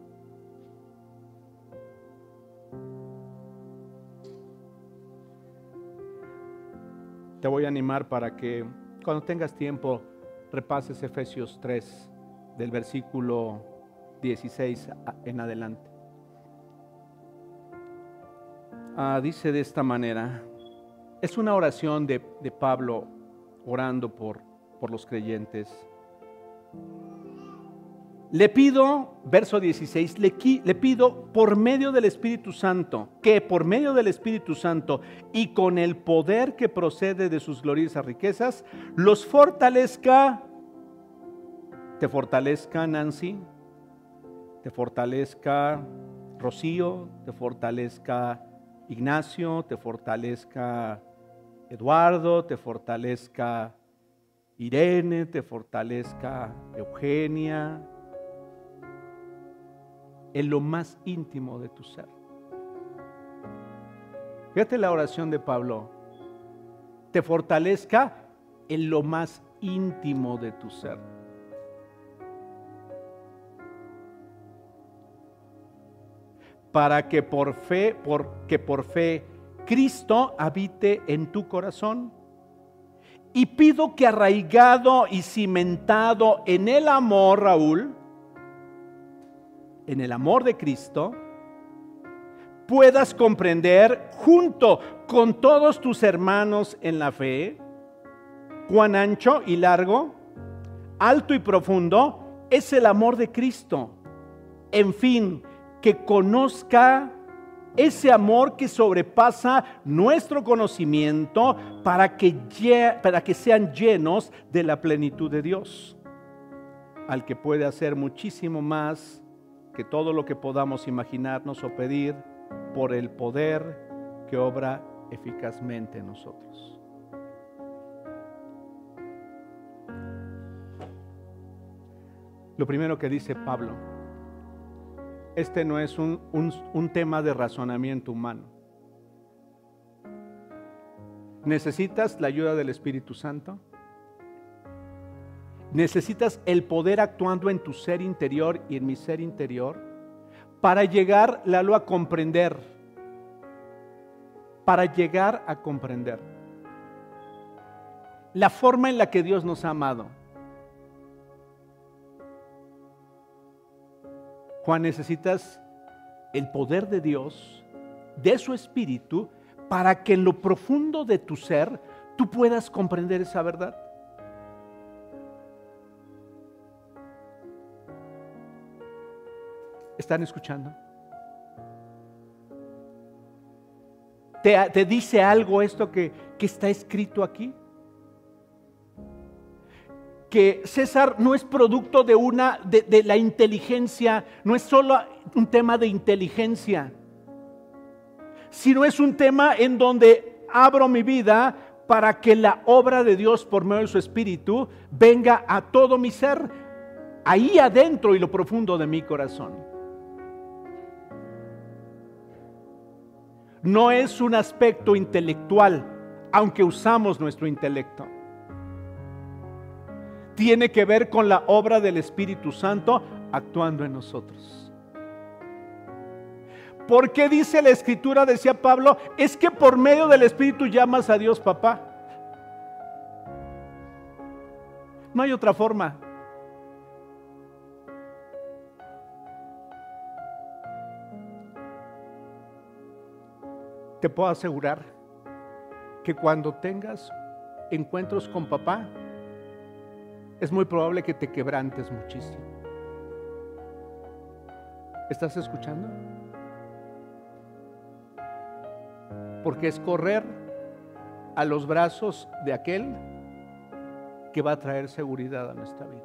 S1: Te voy a animar para que cuando tengas tiempo repases Efesios 3 del versículo 16 en adelante. Dice de esta manera. Es una oración de Pablo orando por los creyentes. Le pido, verso 16, le pido por medio del Espíritu Santo, que por medio del Espíritu Santo y con el poder que procede de sus gloriosas riquezas, los fortalezca. Te fortalezca Nancy, te fortalezca Rocío, te fortalezca Ignacio, te fortalezca Eduardo, te fortalezca Irene, te fortalezca Eugenia, en lo más íntimo de tu ser. Fíjate la oración de Pablo, te fortalezca en lo más íntimo de tu ser. Para que por fe Cristo habite en tu corazón. Y pido que arraigado y cimentado en el amor, Raúl, en el amor de Cristo, puedas comprender junto con todos tus hermanos en la fe, cuán ancho y largo, alto y profundo es el amor de Cristo. En fin, que conozca ese amor que sobrepasa nuestro conocimiento para que sean llenos de la plenitud de Dios, al que puede hacer muchísimo más que todo lo que podamos imaginarnos o pedir por el poder que obra eficazmente en nosotros. Lo primero que dice Pablo, este no es un tema de razonamiento humano. ¿Necesitas la ayuda del Espíritu Santo? ¿Necesitas el poder actuando en tu ser interior y en mi ser interior para llegar, Lalo, a comprender? Para llegar a comprender la forma en la que Dios nos ha amado. Juan, necesitas el poder de Dios, de su Espíritu, para que en lo profundo de tu ser tú puedas comprender esa verdad. ¿Están escuchando? ¿Te dice algo esto que está escrito aquí? Que César no es producto de la inteligencia, no es solo un tema de inteligencia, sino es un tema en donde abro mi vida para que la obra de Dios por medio de su Espíritu venga a todo mi ser, ahí adentro y lo profundo de mi corazón. No es un aspecto intelectual, aunque usamos nuestro intelecto. Tiene que ver con la obra del Espíritu Santo actuando en nosotros. ¿Por qué dice la Escritura, decía Pablo? Es que por medio del Espíritu llamas a Dios papá. No hay otra forma. Te puedo asegurar que cuando tengas encuentros con papá, es muy probable que te quebrantes muchísimo. ¿Estás escuchando? Porque es correr a los brazos de aquel que va a traer seguridad a nuestra vida.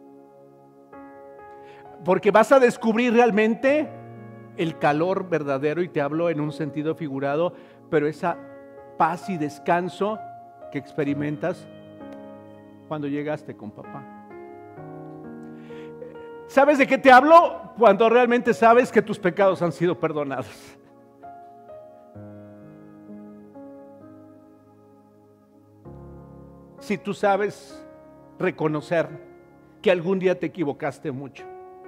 S1: Porque vas a descubrir realmente el calor verdadero, y te hablo en un sentido figurado, pero esa paz y descanso que experimentas cuando llegaste con papá. ¿Sabes de qué te hablo? Cuando realmente sabes que tus pecados han sido perdonados. Si tú sabes reconocer que algún día te equivocaste mucho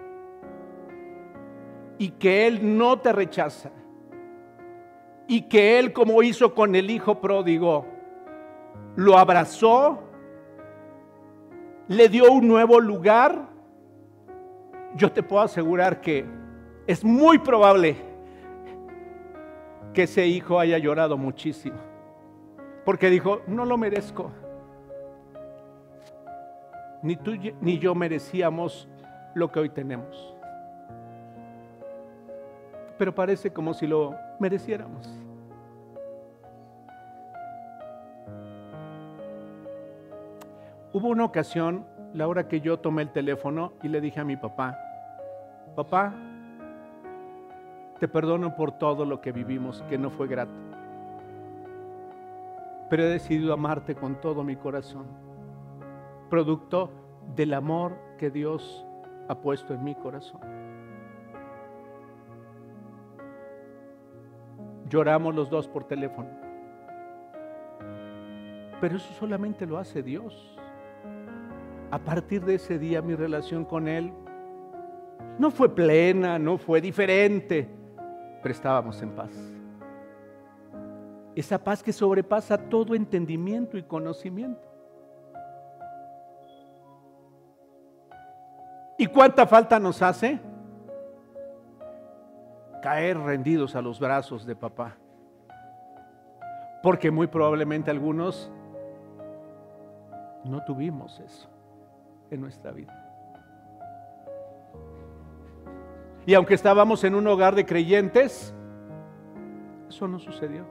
S1: y que Él no te rechaza y que Él, como hizo con el hijo pródigo, lo abrazó, le dio un nuevo lugar, yo te puedo asegurar que es muy probable que ese hijo haya llorado muchísimo, porque dijo: no lo merezco. Ni tú ni yo merecíamos lo que hoy tenemos, pero parece como si lo mereciéramos. Hubo una ocasión, la hora que yo tomé el teléfono y le dije a mi papá: papá, te perdono por todo lo que vivimos, que no fue grato, pero he decidido amarte con todo mi corazón, producto del amor que Dios ha puesto en mi corazón. Lloramos los dos por teléfono, pero eso solamente lo hace Dios. A partir de ese día mi relación con Él no fue plena, no fue diferente, pero estábamos en paz. Esa paz que sobrepasa todo entendimiento y conocimiento. ¿Y cuánta falta nos hace? Caer rendidos a los brazos de papá. Porque muy probablemente algunos no tuvimos eso en nuestra vida. Y aunque estábamos en un hogar de creyentes, eso no sucedió.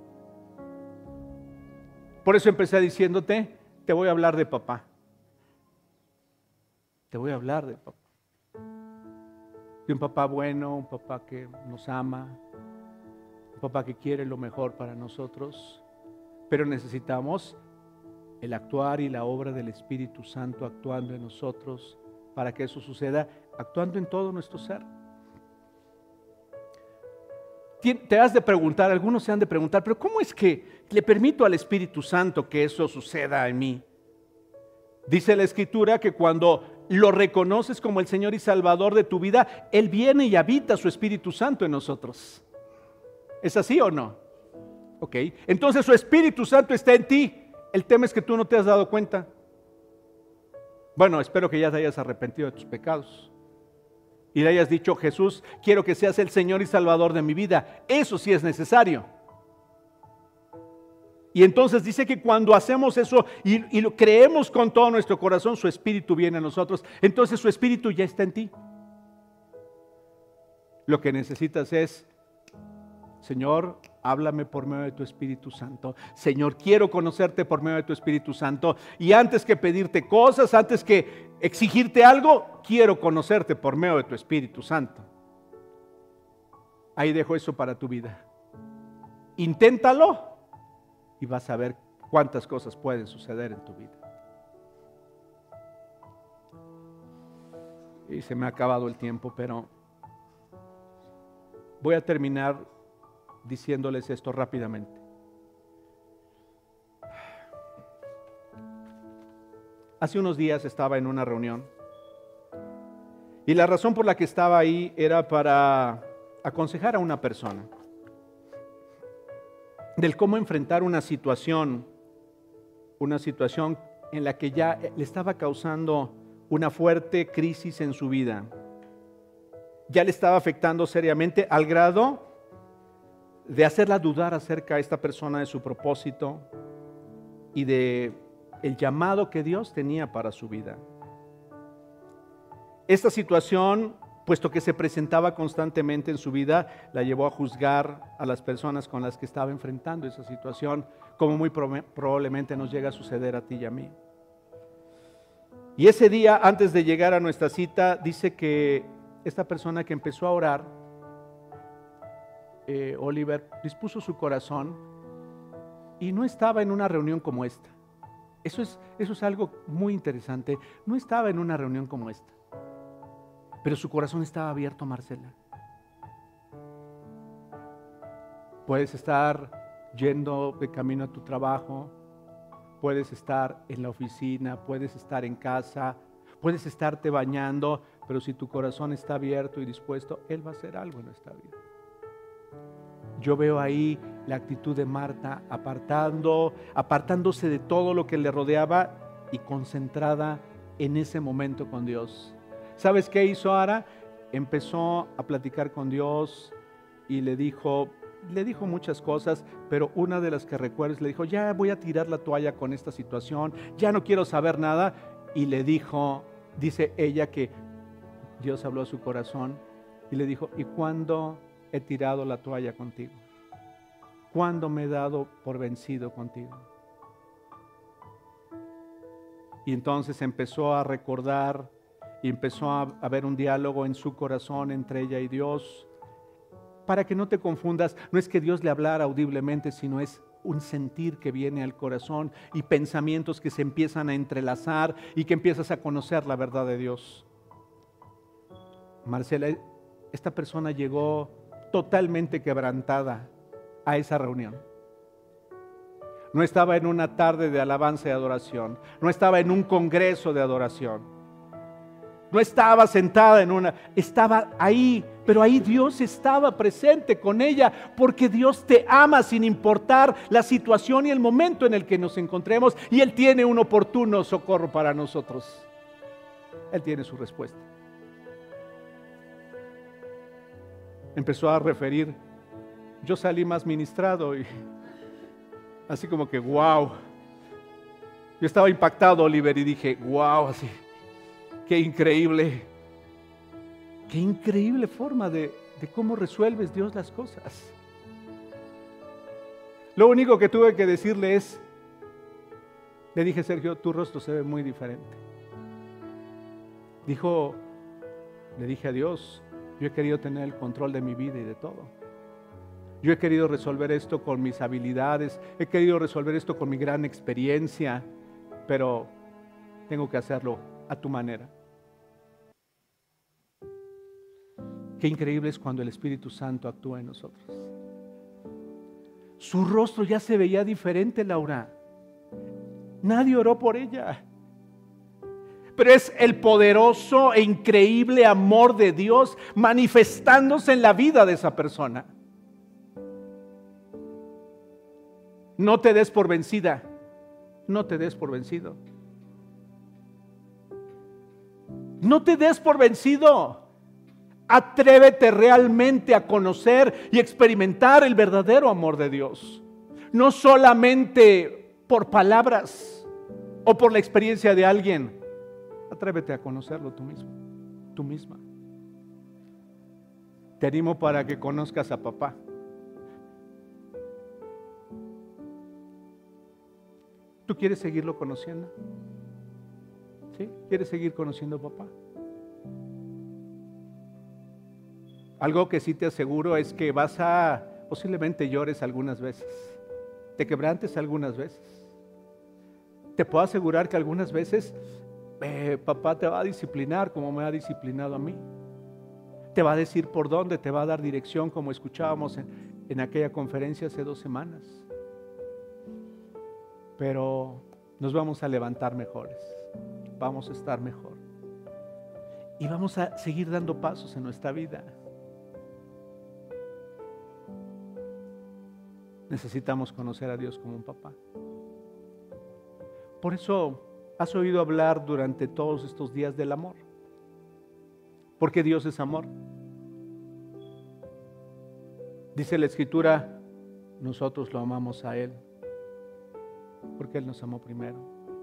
S1: Por eso empecé diciéndote: te voy a hablar de papá. Te voy a hablar de papá. De un papá bueno, un papá que nos ama, un papá que quiere lo mejor para nosotros. Pero necesitamos el actuar y la obra del Espíritu Santo actuando en nosotros para que eso suceda, actuando en todo nuestro ser. Te has de preguntar, algunos se han de preguntar: pero ¿cómo es que le permito al Espíritu Santo que eso suceda en mí? Dice la Escritura que cuando lo reconoces como el Señor y Salvador de tu vida, Él viene y habita su Espíritu Santo en nosotros. ¿Es así o no? Ok, entonces su Espíritu Santo está en ti. El tema es que tú no te has dado cuenta. Bueno, espero que ya te hayas arrepentido de tus pecados y le hayas dicho: Jesús, quiero que seas el Señor y Salvador de mi vida. Eso sí es necesario. Y entonces dice que cuando hacemos eso y lo creemos con todo nuestro corazón, su Espíritu viene a nosotros. Entonces su Espíritu ya está en ti. Lo que necesitas es: Señor, háblame por medio de tu Espíritu Santo. Señor, quiero conocerte por medio de tu Espíritu Santo. Y antes que pedirte cosas, antes que exigirte algo, quiero conocerte por medio de tu Espíritu Santo. Ahí dejo eso para tu vida. Inténtalo y vas a ver cuántas cosas pueden suceder en tu vida. Y se me ha acabado el tiempo, pero voy a terminar diciéndoles esto rápidamente. Hace unos días estaba en una reunión y la razón por la que estaba ahí era para aconsejar a una persona del cómo enfrentar una situación en la que ya le estaba causando una fuerte crisis en su vida. Ya le estaba afectando seriamente al grado de hacerla dudar acerca a esta persona de su propósito y de el llamado que Dios tenía para su vida. Esta situación, puesto que se presentaba constantemente en su vida, la llevó a juzgar a las personas con las que estaba enfrentando esa situación, como muy probablemente nos llega a suceder a ti y a mí. Y ese día, antes de llegar a nuestra cita, dice que esta persona que empezó a orar, Oliver, dispuso su corazón y no estaba en una reunión como esta. Eso es algo muy interesante. No estaba en una reunión como esta, pero su corazón estaba abierto a Marcela. Puedes estar yendo de camino a tu trabajo, puedes estar en la oficina, puedes estar en casa, puedes estarte bañando, pero si tu corazón está abierto y dispuesto, Él va a hacer algo en nuestra vida. Yo veo ahí la actitud de Marta apartándose de todo lo que le rodeaba y concentrada en ese momento con Dios. ¿Sabes qué hizo Ara? Empezó a platicar con Dios y le dijo muchas cosas, pero una de las que recuerdo le dijo, ya voy a tirar la toalla con esta situación, ya no quiero saber nada. Y le dijo, dice ella que Dios habló a su corazón y le dijo, ¿y cuándo he tirado la toalla contigo? ¿Cuándo me he dado por vencido contigo? Y entonces empezó a recordar y empezó a haber un diálogo en su corazón entre ella y Dios. Para que no te confundas, no es que Dios le hablara audiblemente, sino es un sentir que viene al corazón y pensamientos que se empiezan a entrelazar y que empiezas a conocer la verdad de Dios. Marcela, esta persona llegó totalmente quebrantada a esa reunión. No estaba en una tarde de alabanza y adoración, no estaba en un congreso de adoración. No estaba sentada estaba ahí, pero ahí Dios estaba presente con ella, porque Dios te ama sin importar la situación y el momento en el que nos encontremos, y Él tiene un oportuno socorro para nosotros. Él tiene su respuesta. Empezó a referir, yo salí más ministrado y así como que wow. Yo estaba impactado, Oliver, y dije, wow, así. Qué increíble forma de cómo resuelves Dios las cosas. Lo único que tuve que decirle es, le dije, Sergio, tu rostro se ve muy diferente. Le dije a Dios, yo he querido tener el control de mi vida y de todo. Yo he querido resolver esto con mis habilidades, he querido resolver esto con mi gran experiencia, pero tengo que hacerlo a tu manera. Qué increíble es cuando el Espíritu Santo actúa en nosotros. Su rostro ya se veía diferente, Laura. Nadie oró por ella. Pero es el poderoso e increíble amor de Dios manifestándose en la vida de esa persona. No te des por vencida. No te des por vencido. No te des por vencido. Atrévete realmente a conocer y experimentar el verdadero amor de Dios. No solamente por palabras o por la experiencia de alguien. Atrévete a conocerlo tú mismo, tú misma. Te animo para que conozcas a papá. ¿Tú quieres seguirlo conociendo? ¿Sí? ¿Quieres seguir conociendo a papá? Algo que sí te aseguro es que posiblemente llores algunas veces, te quebrantes algunas veces. Te puedo asegurar que algunas veces papá te va a disciplinar como me ha disciplinado a mí. Te va a decir por dónde, te va a dar dirección como escuchábamos en aquella conferencia hace 2 semanas. Pero nos vamos a levantar mejores, vamos a estar mejor y vamos a seguir dando pasos en nuestra vida. Necesitamos conocer a Dios como un papá. Por eso has oído hablar durante todos estos días del amor, porque Dios es amor. Dice la Escritura, nosotros lo amamos a Él, porque Él nos amó primero.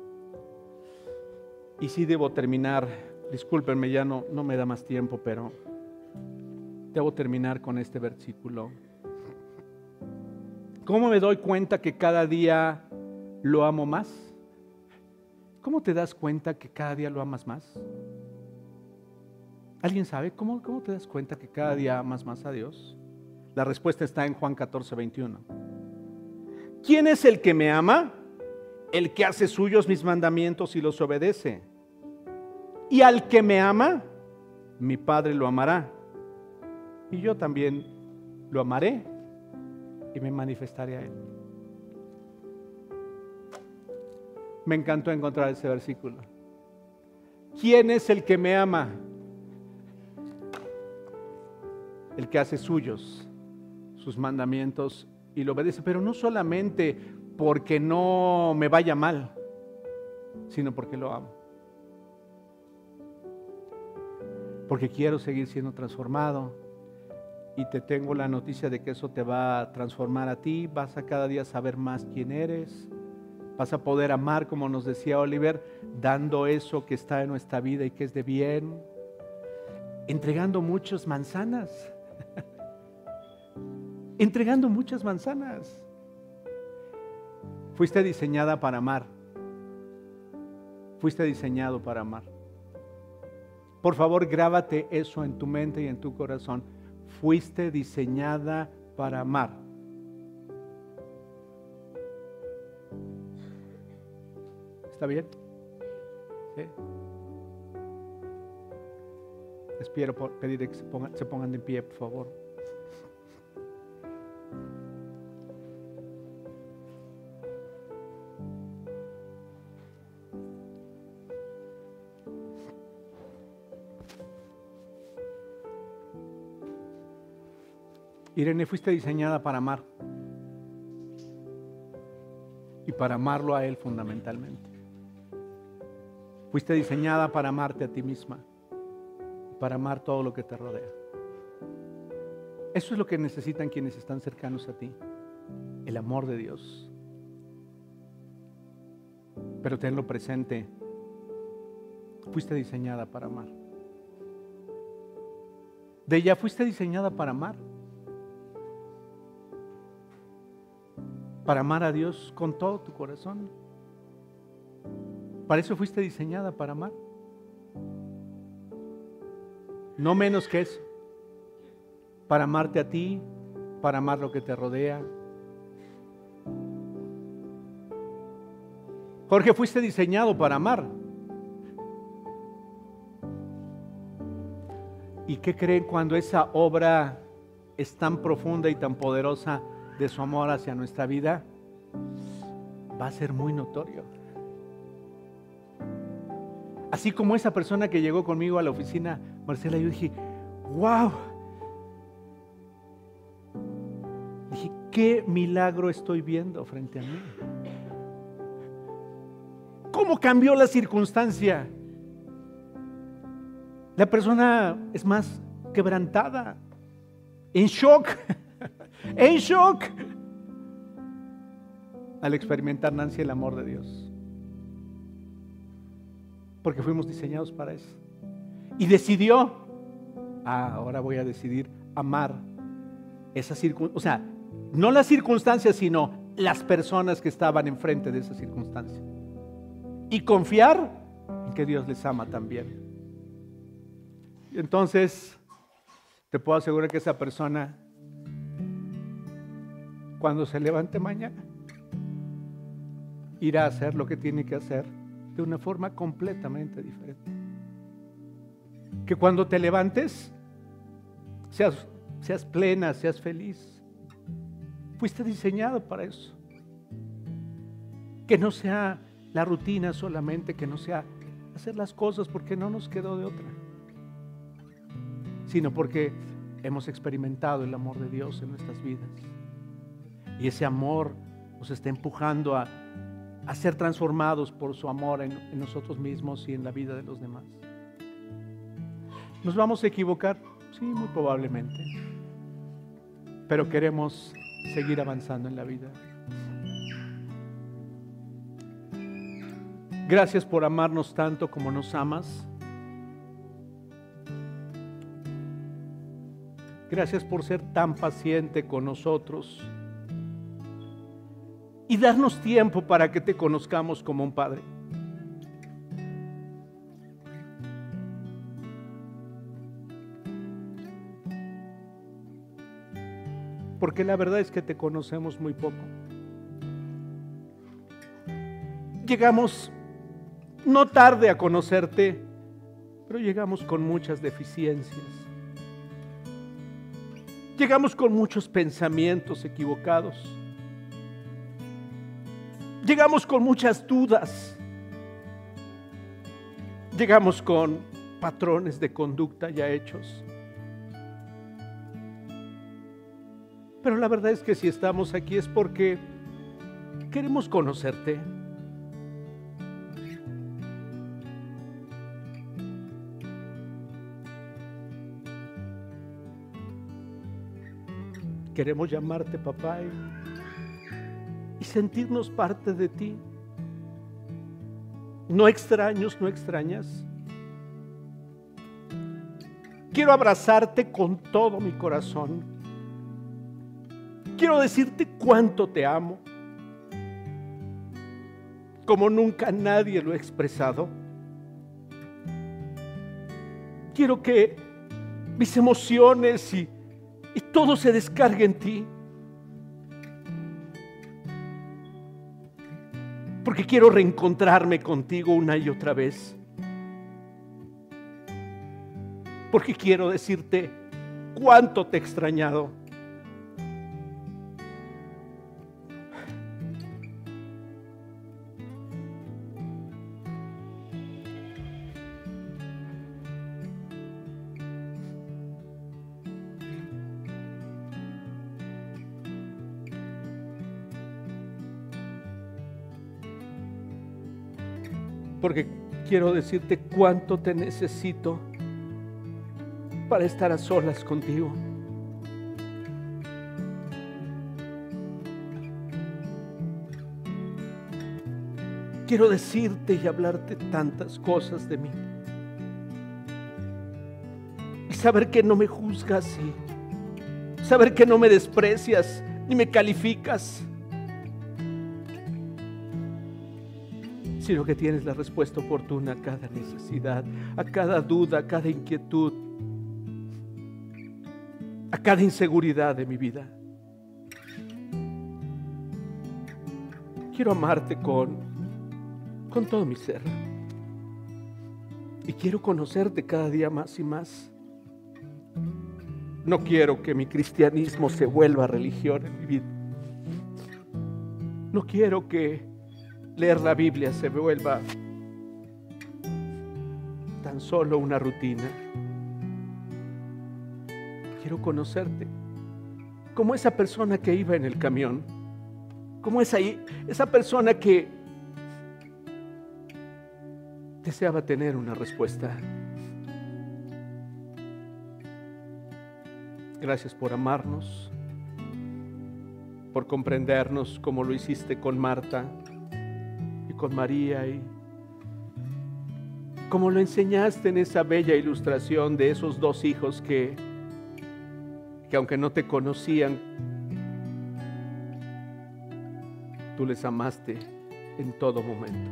S1: Y sí debo terminar, discúlpenme, ya no me da más tiempo, pero debo terminar con este versículo. ¿Cómo me doy cuenta que cada día lo amo más? ¿Cómo te das cuenta que cada día lo amas más? ¿Alguien sabe cómo te das cuenta que cada día amas más a Dios? La respuesta está en Juan 14:21. ¿Quién es el que me ama? El que hace suyos mis mandamientos y los obedece. Y al que me ama, mi Padre lo amará. Y yo también lo amaré y me manifestaré a Él. Me encantó encontrar ese versículo. ¿Quién es el que me ama? El que hace suyos sus mandamientos y lo obedece, pero no solamente porque no me vaya mal, sino porque lo amo. Porque quiero seguir siendo transformado y te tengo la noticia de que eso te va a transformar a ti. Vas a cada día saber más quién eres. Vas a poder amar, como nos decía Oliver, dando eso que está en nuestra vida y que es de bien, entregando muchas manzanas, entregando muchas manzanas. Fuiste diseñada para amar. Fuiste diseñado para amar. Por favor, grábate eso en tu mente y en tu corazón. Fuiste diseñada para amar. ¿Está bien? ¿Sí? Les quiero pedir que se pongan de pie, por favor. Irene, fuiste diseñada para amar. Y para amarlo a Él fundamentalmente. Fuiste diseñada para amarte a ti misma, para amar todo lo que te rodea. Eso es lo que necesitan quienes están cercanos a ti, el amor de Dios. Pero tenlo presente, fuiste diseñada para amar. De ella fuiste diseñada para amar. Para amar a Dios con todo tu corazón. Para eso fuiste diseñada, para amar. No menos que eso. Para amarte a ti, para amar lo que te rodea. Jorge, fuiste diseñado para amar. ¿Y qué creen cuando esa obra es tan profunda y tan poderosa de su amor hacia nuestra vida? Va a ser muy notorio. Así como esa persona que llegó conmigo a la oficina, Marcela, yo dije, wow. Dije, qué milagro estoy viendo frente a mí. ¿Cómo cambió la circunstancia? La persona es más quebrantada, en shock, en shock, al experimentar Nancy el amor de Dios. Porque fuimos diseñados para eso. Y decidió, ahora voy a decidir amar esa circunstancia, o sea, no las circunstancias, sino las personas que estaban enfrente de esa circunstancia. Y confiar en que Dios les ama también. Entonces, te puedo asegurar que esa persona, cuando se levante mañana, irá a hacer lo que tiene que hacer de una forma completamente diferente. Que cuando te levantes, seas plena, seas feliz. Fuiste diseñado para eso. Que no sea la rutina solamente, que no sea hacer las cosas porque no nos quedó de otra, sino porque hemos experimentado el amor de Dios en nuestras vidas. Y ese amor nos está empujando a a ser transformados por su amor en nosotros mismos y en la vida de los demás. ¿Nos vamos a equivocar? Sí, muy probablemente. Pero queremos seguir avanzando en la vida. Gracias por amarnos tanto como nos amas. Gracias por ser tan paciente con nosotros y darnos tiempo para que te conozcamos como un Padre. Porque la verdad es que te conocemos muy poco. Llegamos no tarde a conocerte, pero llegamos con muchas deficiencias. Llegamos con muchos pensamientos equivocados. Llegamos con muchas dudas. Llegamos con patrones de conducta ya hechos. Pero la verdad es que si estamos aquí es porque queremos conocerte. Queremos llamarte papá y sentirnos parte de ti. No extraños, no extrañas. Quiero abrazarte con todo mi corazón. Quiero decirte cuánto te amo, como nunca nadie lo ha expresado. Quiero que mis emociones y todo se descargue en ti. Porque quiero reencontrarme contigo una y otra vez. Porque quiero decirte cuánto te he extrañado. Porque quiero decirte cuánto te necesito para estar a solas contigo. Quiero decirte y hablarte tantas cosas de mí. Y saber que no me juzgas y saber que no me desprecias ni me calificas, sino que tienes la respuesta oportuna a cada necesidad, a cada duda, a cada inquietud, a cada inseguridad de mi vida. Quiero amarte con todo mi ser. Y quiero conocerte cada día más y más. No quiero que mi cristianismo se vuelva religión en mi vida. No quiero que leer la Biblia se vuelva tan solo una rutina. Quiero conocerte como esa persona que iba en el camión, como esa persona que deseaba tener una respuesta. Gracias por amarnos, por comprendernos como lo hiciste con Marta y con María, y como lo enseñaste en esa bella ilustración de esos dos hijos que aunque no te conocían, tú les amaste en todo momento.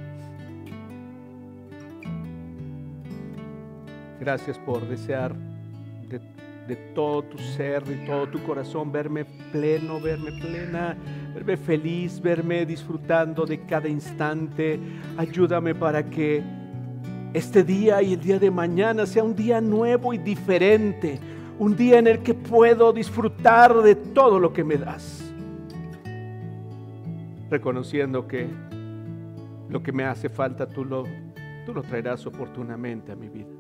S1: Gracias por desear de todo tu ser, de todo tu corazón, verme pleno, verme plena, verme feliz, verme disfrutando de cada instante. Ayúdame para que este día y el día de mañana sea un día nuevo y diferente, un día en el que puedo disfrutar de todo lo que me das, reconociendo que lo que me hace falta tú lo traerás oportunamente a mi vida.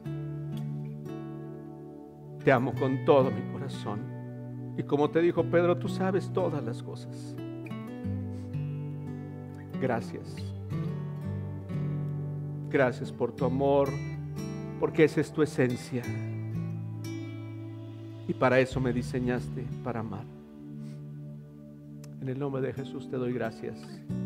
S1: Te amo con todo mi corazón. Y como te dijo Pedro, tú sabes todas las cosas. Gracias. Gracias por tu amor, porque esa es tu esencia. Y para eso me diseñaste, para amar. En el nombre de Jesús te doy gracias.